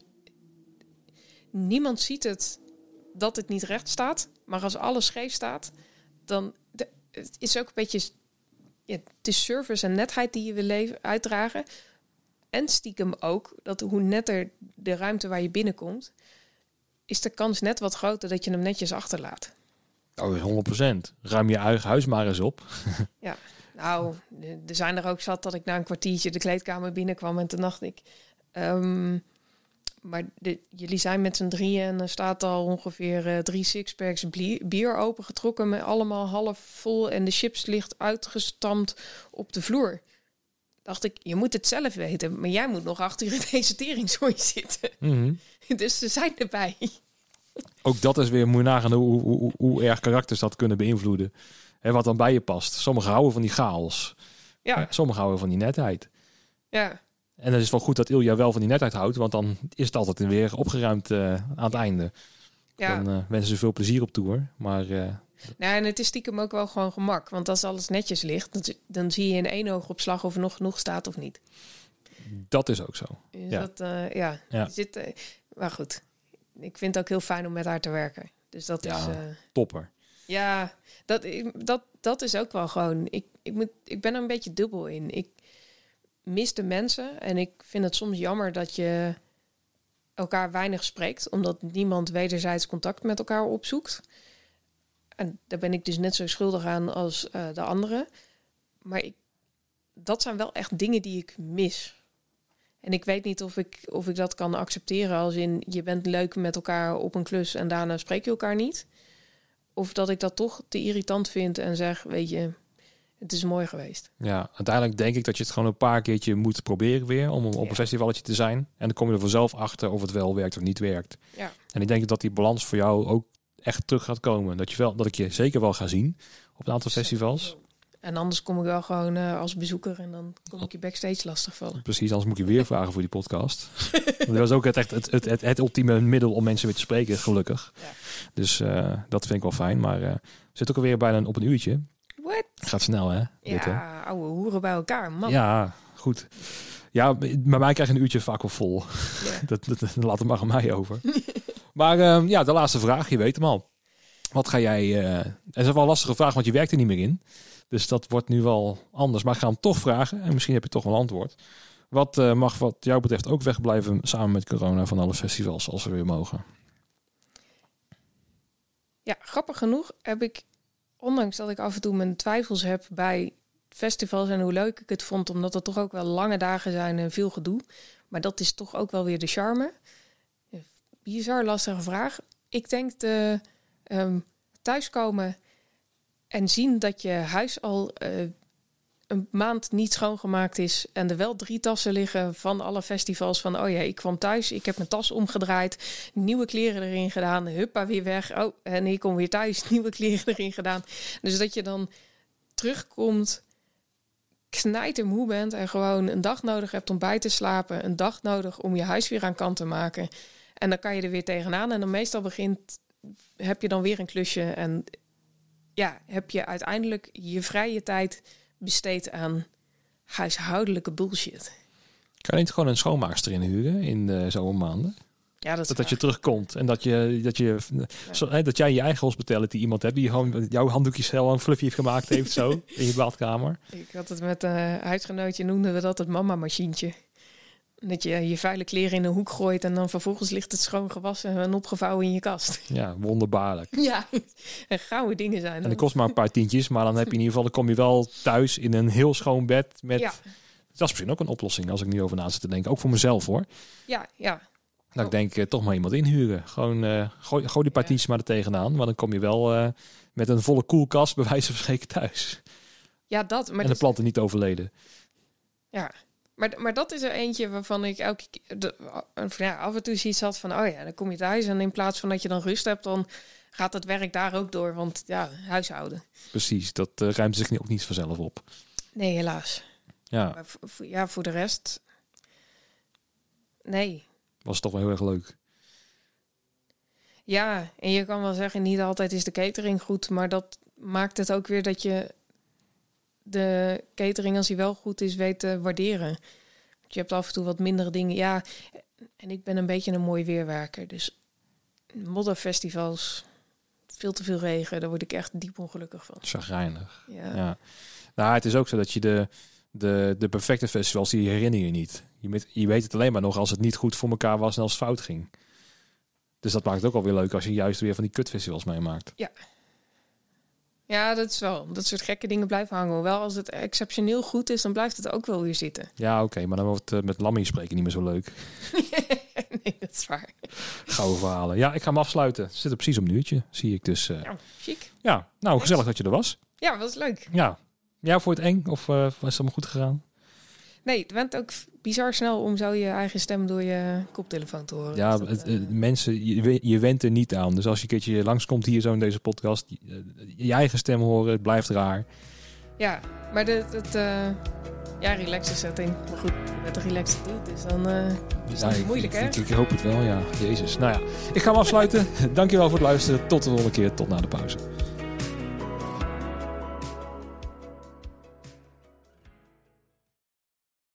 Niemand ziet het dat het niet recht staat. Maar als alles scheef staat, dan de, het is ook een beetje... Ja, het is service en netheid die je wil leven, uitdragen. En stiekem ook, dat hoe netter de ruimte waar je binnenkomt, is de kans net wat groter dat je hem netjes achterlaat. Oh, honderd procent. Ruim je eigen huis maar eens op. Ja, nou, er zijn er ook zat dat ik na een kwartiertje de kleedkamer binnenkwam en toen dacht ik... Um, maar de, jullie zijn met z'n drieën en er staat al ongeveer uh, drie sixpacks bier opengetrokken met allemaal half vol en de chips ligt uitgestampt op de vloer. Dacht ik, je moet het zelf weten, maar jij moet nog achter je deze teringzooi zitten. Mm-hmm. Dus ze zijn erbij. Ook dat is weer, moet je nagaan hoe, hoe, hoe, hoe erg karakters dat kunnen beïnvloeden. Hè, wat dan bij je past. Sommigen houden van die chaos. Ja. Sommigen houden van die netheid. Ja. En dan is het wel goed dat Ilja wel van die netheid houdt, want dan is het altijd weer opgeruimd uh, aan het einde. Ja. Dan uh, wensen ze veel plezier op tour. Maar, uh, nou, en het is stiekem ook wel gewoon gemak. Want als alles netjes ligt, dan, dan zie je in één oogopslag of er nog genoeg staat of niet. Dat is ook zo. Dus ja. Dat, uh, ja, ja. Zit, uh, maar goed, ik vind het ook heel fijn om met haar te werken. Dus dat ja, is... Uh, topper. Ja, dat, dat, dat is ook wel gewoon... Ik, ik, moet, ik ben er een beetje dubbel in. Ik mis de mensen en ik vind het soms jammer dat je elkaar weinig spreekt, omdat niemand wederzijds contact met elkaar opzoekt. En daar ben ik dus net zo schuldig aan als uh, de anderen. Maar ik, dat zijn wel echt dingen die ik mis. En ik weet niet of ik, of ik dat kan accepteren als in je bent leuk met elkaar op een klus en daarna spreek je elkaar niet. Of dat ik dat toch te irritant vind en zeg, weet je, het is mooi geweest. Ja, uiteindelijk denk ik dat je het gewoon een paar keertje moet proberen weer om op ja. een festivalletje te zijn. En dan kom je er vanzelf achter of het wel werkt of niet werkt. Ja. En ik denk dat die balans voor jou ook echt terug gaat komen. Dat, je wel, dat ik je zeker wel ga zien op een aantal festivals. En anders kom ik wel gewoon uh, als bezoeker en dan kom ik je backstage lastigvallen. Precies, anders moet je weer vragen voor die podcast. Dat was ook het, echt het, het, het, het ultieme middel om mensen weer te spreken, gelukkig. Ja. Dus uh, dat vind ik wel fijn. Maar uh, zit ook alweer bijna op een uurtje. What? Gaat snel, hè? Ja, dit, hè? ouwe hoeren bij elkaar, man. Ja, goed. Ja, bij mij krijg je een uurtje vaak wel vol. Ja. dat, dat, dat laat het maar aan mij over. Maar uh, ja, de laatste vraag, je weet hem al. Wat ga jij... Uh, het is wel een lastige vraag, want je werkt er niet meer in. Dus dat wordt nu wel anders. Maar ik ga hem toch vragen. En misschien heb je toch wel een antwoord. Wat uh, mag wat jou betreft ook wegblijven samen met corona van alle festivals als we weer mogen? Ja, grappig genoeg heb ik, ondanks dat ik af en toe mijn twijfels heb bij festivals en hoe leuk ik het vond, omdat het toch ook wel lange dagen zijn en veel gedoe. Maar dat is toch ook wel weer de charme. Bizar lastige vraag. Ik denk de um, thuiskomen en zien dat je huis al uh, een maand niet schoongemaakt is en er wel drie tassen liggen van alle festivals van, oh ja, ik kwam thuis, ik heb mijn tas omgedraaid, nieuwe kleren erin gedaan, huppa, weer weg. Oh, en ik kom weer thuis, nieuwe kleren erin gedaan. Dus dat je dan terugkomt, knijtermoe bent en gewoon een dag nodig hebt om bij te slapen, een dag nodig om je huis weer aan kant te maken. En dan kan je er weer tegenaan en dan meestal begint, heb je dan weer een klusje en ja, heb je uiteindelijk je vrije tijd besteed aan huishoudelijke bullshit. Kan je niet gewoon een schoonmaakster inhuren in de zomermaanden? Ja, dat is dat, dat je terugkomt en dat je dat je ja. zo, dat jij je eigen hospitality iemand hebt die gewoon jouw handdoekjes heel lang fluffy heeft gemaakt heeft zo in je badkamer. Ik had het met een huisgenootje, noemden we dat het mama-machientje. Dat je je vuile kleren in een hoek gooit en dan vervolgens ligt het schoon gewassen en opgevouwen in je kast. Ja, wonderbaarlijk. Ja, en gouden dingen zijn. En dat kost maar een paar tientjes, maar dan heb je in ieder geval, dan kom je wel thuis in een heel schoon bed met. Ja. Dat is misschien ook een oplossing als ik nu over na zit te denken, ook voor mezelf hoor. Ja, ja. Nou, ik denk uh, toch maar iemand inhuren. Gewoon uh, gooi, gooi die paar tientjes maar er tegenaan, maar dan kom je wel uh, met een volle koelkast bij wijze van spreken thuis. Ja, dat. Maar en de dus planten niet overleden. Ja. Maar, maar dat is er eentje waarvan ik elke keer de, ja, af en toe zoiets had van, oh ja, dan kom je thuis en in plaats van dat je dan rust hebt, dan gaat het werk daar ook door, want ja, huishouden. Precies, dat uh, ruimt zich ook niet vanzelf op. Nee, helaas. Ja. Maar v- ja, voor de rest, nee. Was toch wel heel erg leuk. Ja, en je kan wel zeggen, niet altijd is de catering goed, maar dat maakt het ook weer dat je de catering, als die wel goed is, weet te waarderen. Je hebt af en toe wat mindere dingen. Ja, en ik ben een beetje een mooi weerwerker. Dus modderfestivals, veel te veel regen, daar word ik echt diep ongelukkig van. Chagrijnig. Ja. Ja. Nou, het is ook zo dat je de, de, de perfecte festivals, die herinner je niet. Je, met, je weet het alleen maar nog als het niet goed voor elkaar was en als het fout ging. Dus dat maakt het ook alweer leuk als je juist weer van die kutfestivals meemaakt. Ja. Ja, dat is wel. Dat soort gekke dingen blijven hangen. Hoewel als het exceptioneel goed is, dan blijft het ook wel weer zitten. Ja, oké. Okay, maar dan wordt uh, met Lammy spreken niet meer zo leuk. Nee, dat is waar. Gouden verhalen. Ja, ik ga hem afsluiten. Het zit er precies op een uurtje, zie ik dus. Uh... Ja, chic. Ja, nou, gezellig dat je er was. Ja, was leuk. Ja. Jij voor het eng? Of uh, was het allemaal goed gegaan? Nee, het went ook bizar snel om zo je eigen stem door je koptelefoon te horen. Ja, dus het, dat, uh... mensen, je, je went er niet aan. Dus als je een keertje langskomt hier zo in deze podcast, je, je eigen stem horen, het blijft raar. Ja, maar de, het, uh, ja, relaxed setting. Maar goed, met een relaxed doet, dus dan uh, is dat ja, moeilijk, ik, hè? Ik, ik hoop het wel, ja. Jezus. Nou ja, ik ga hem afsluiten. Dankjewel voor het luisteren. Tot de volgende keer. Tot na de pauze.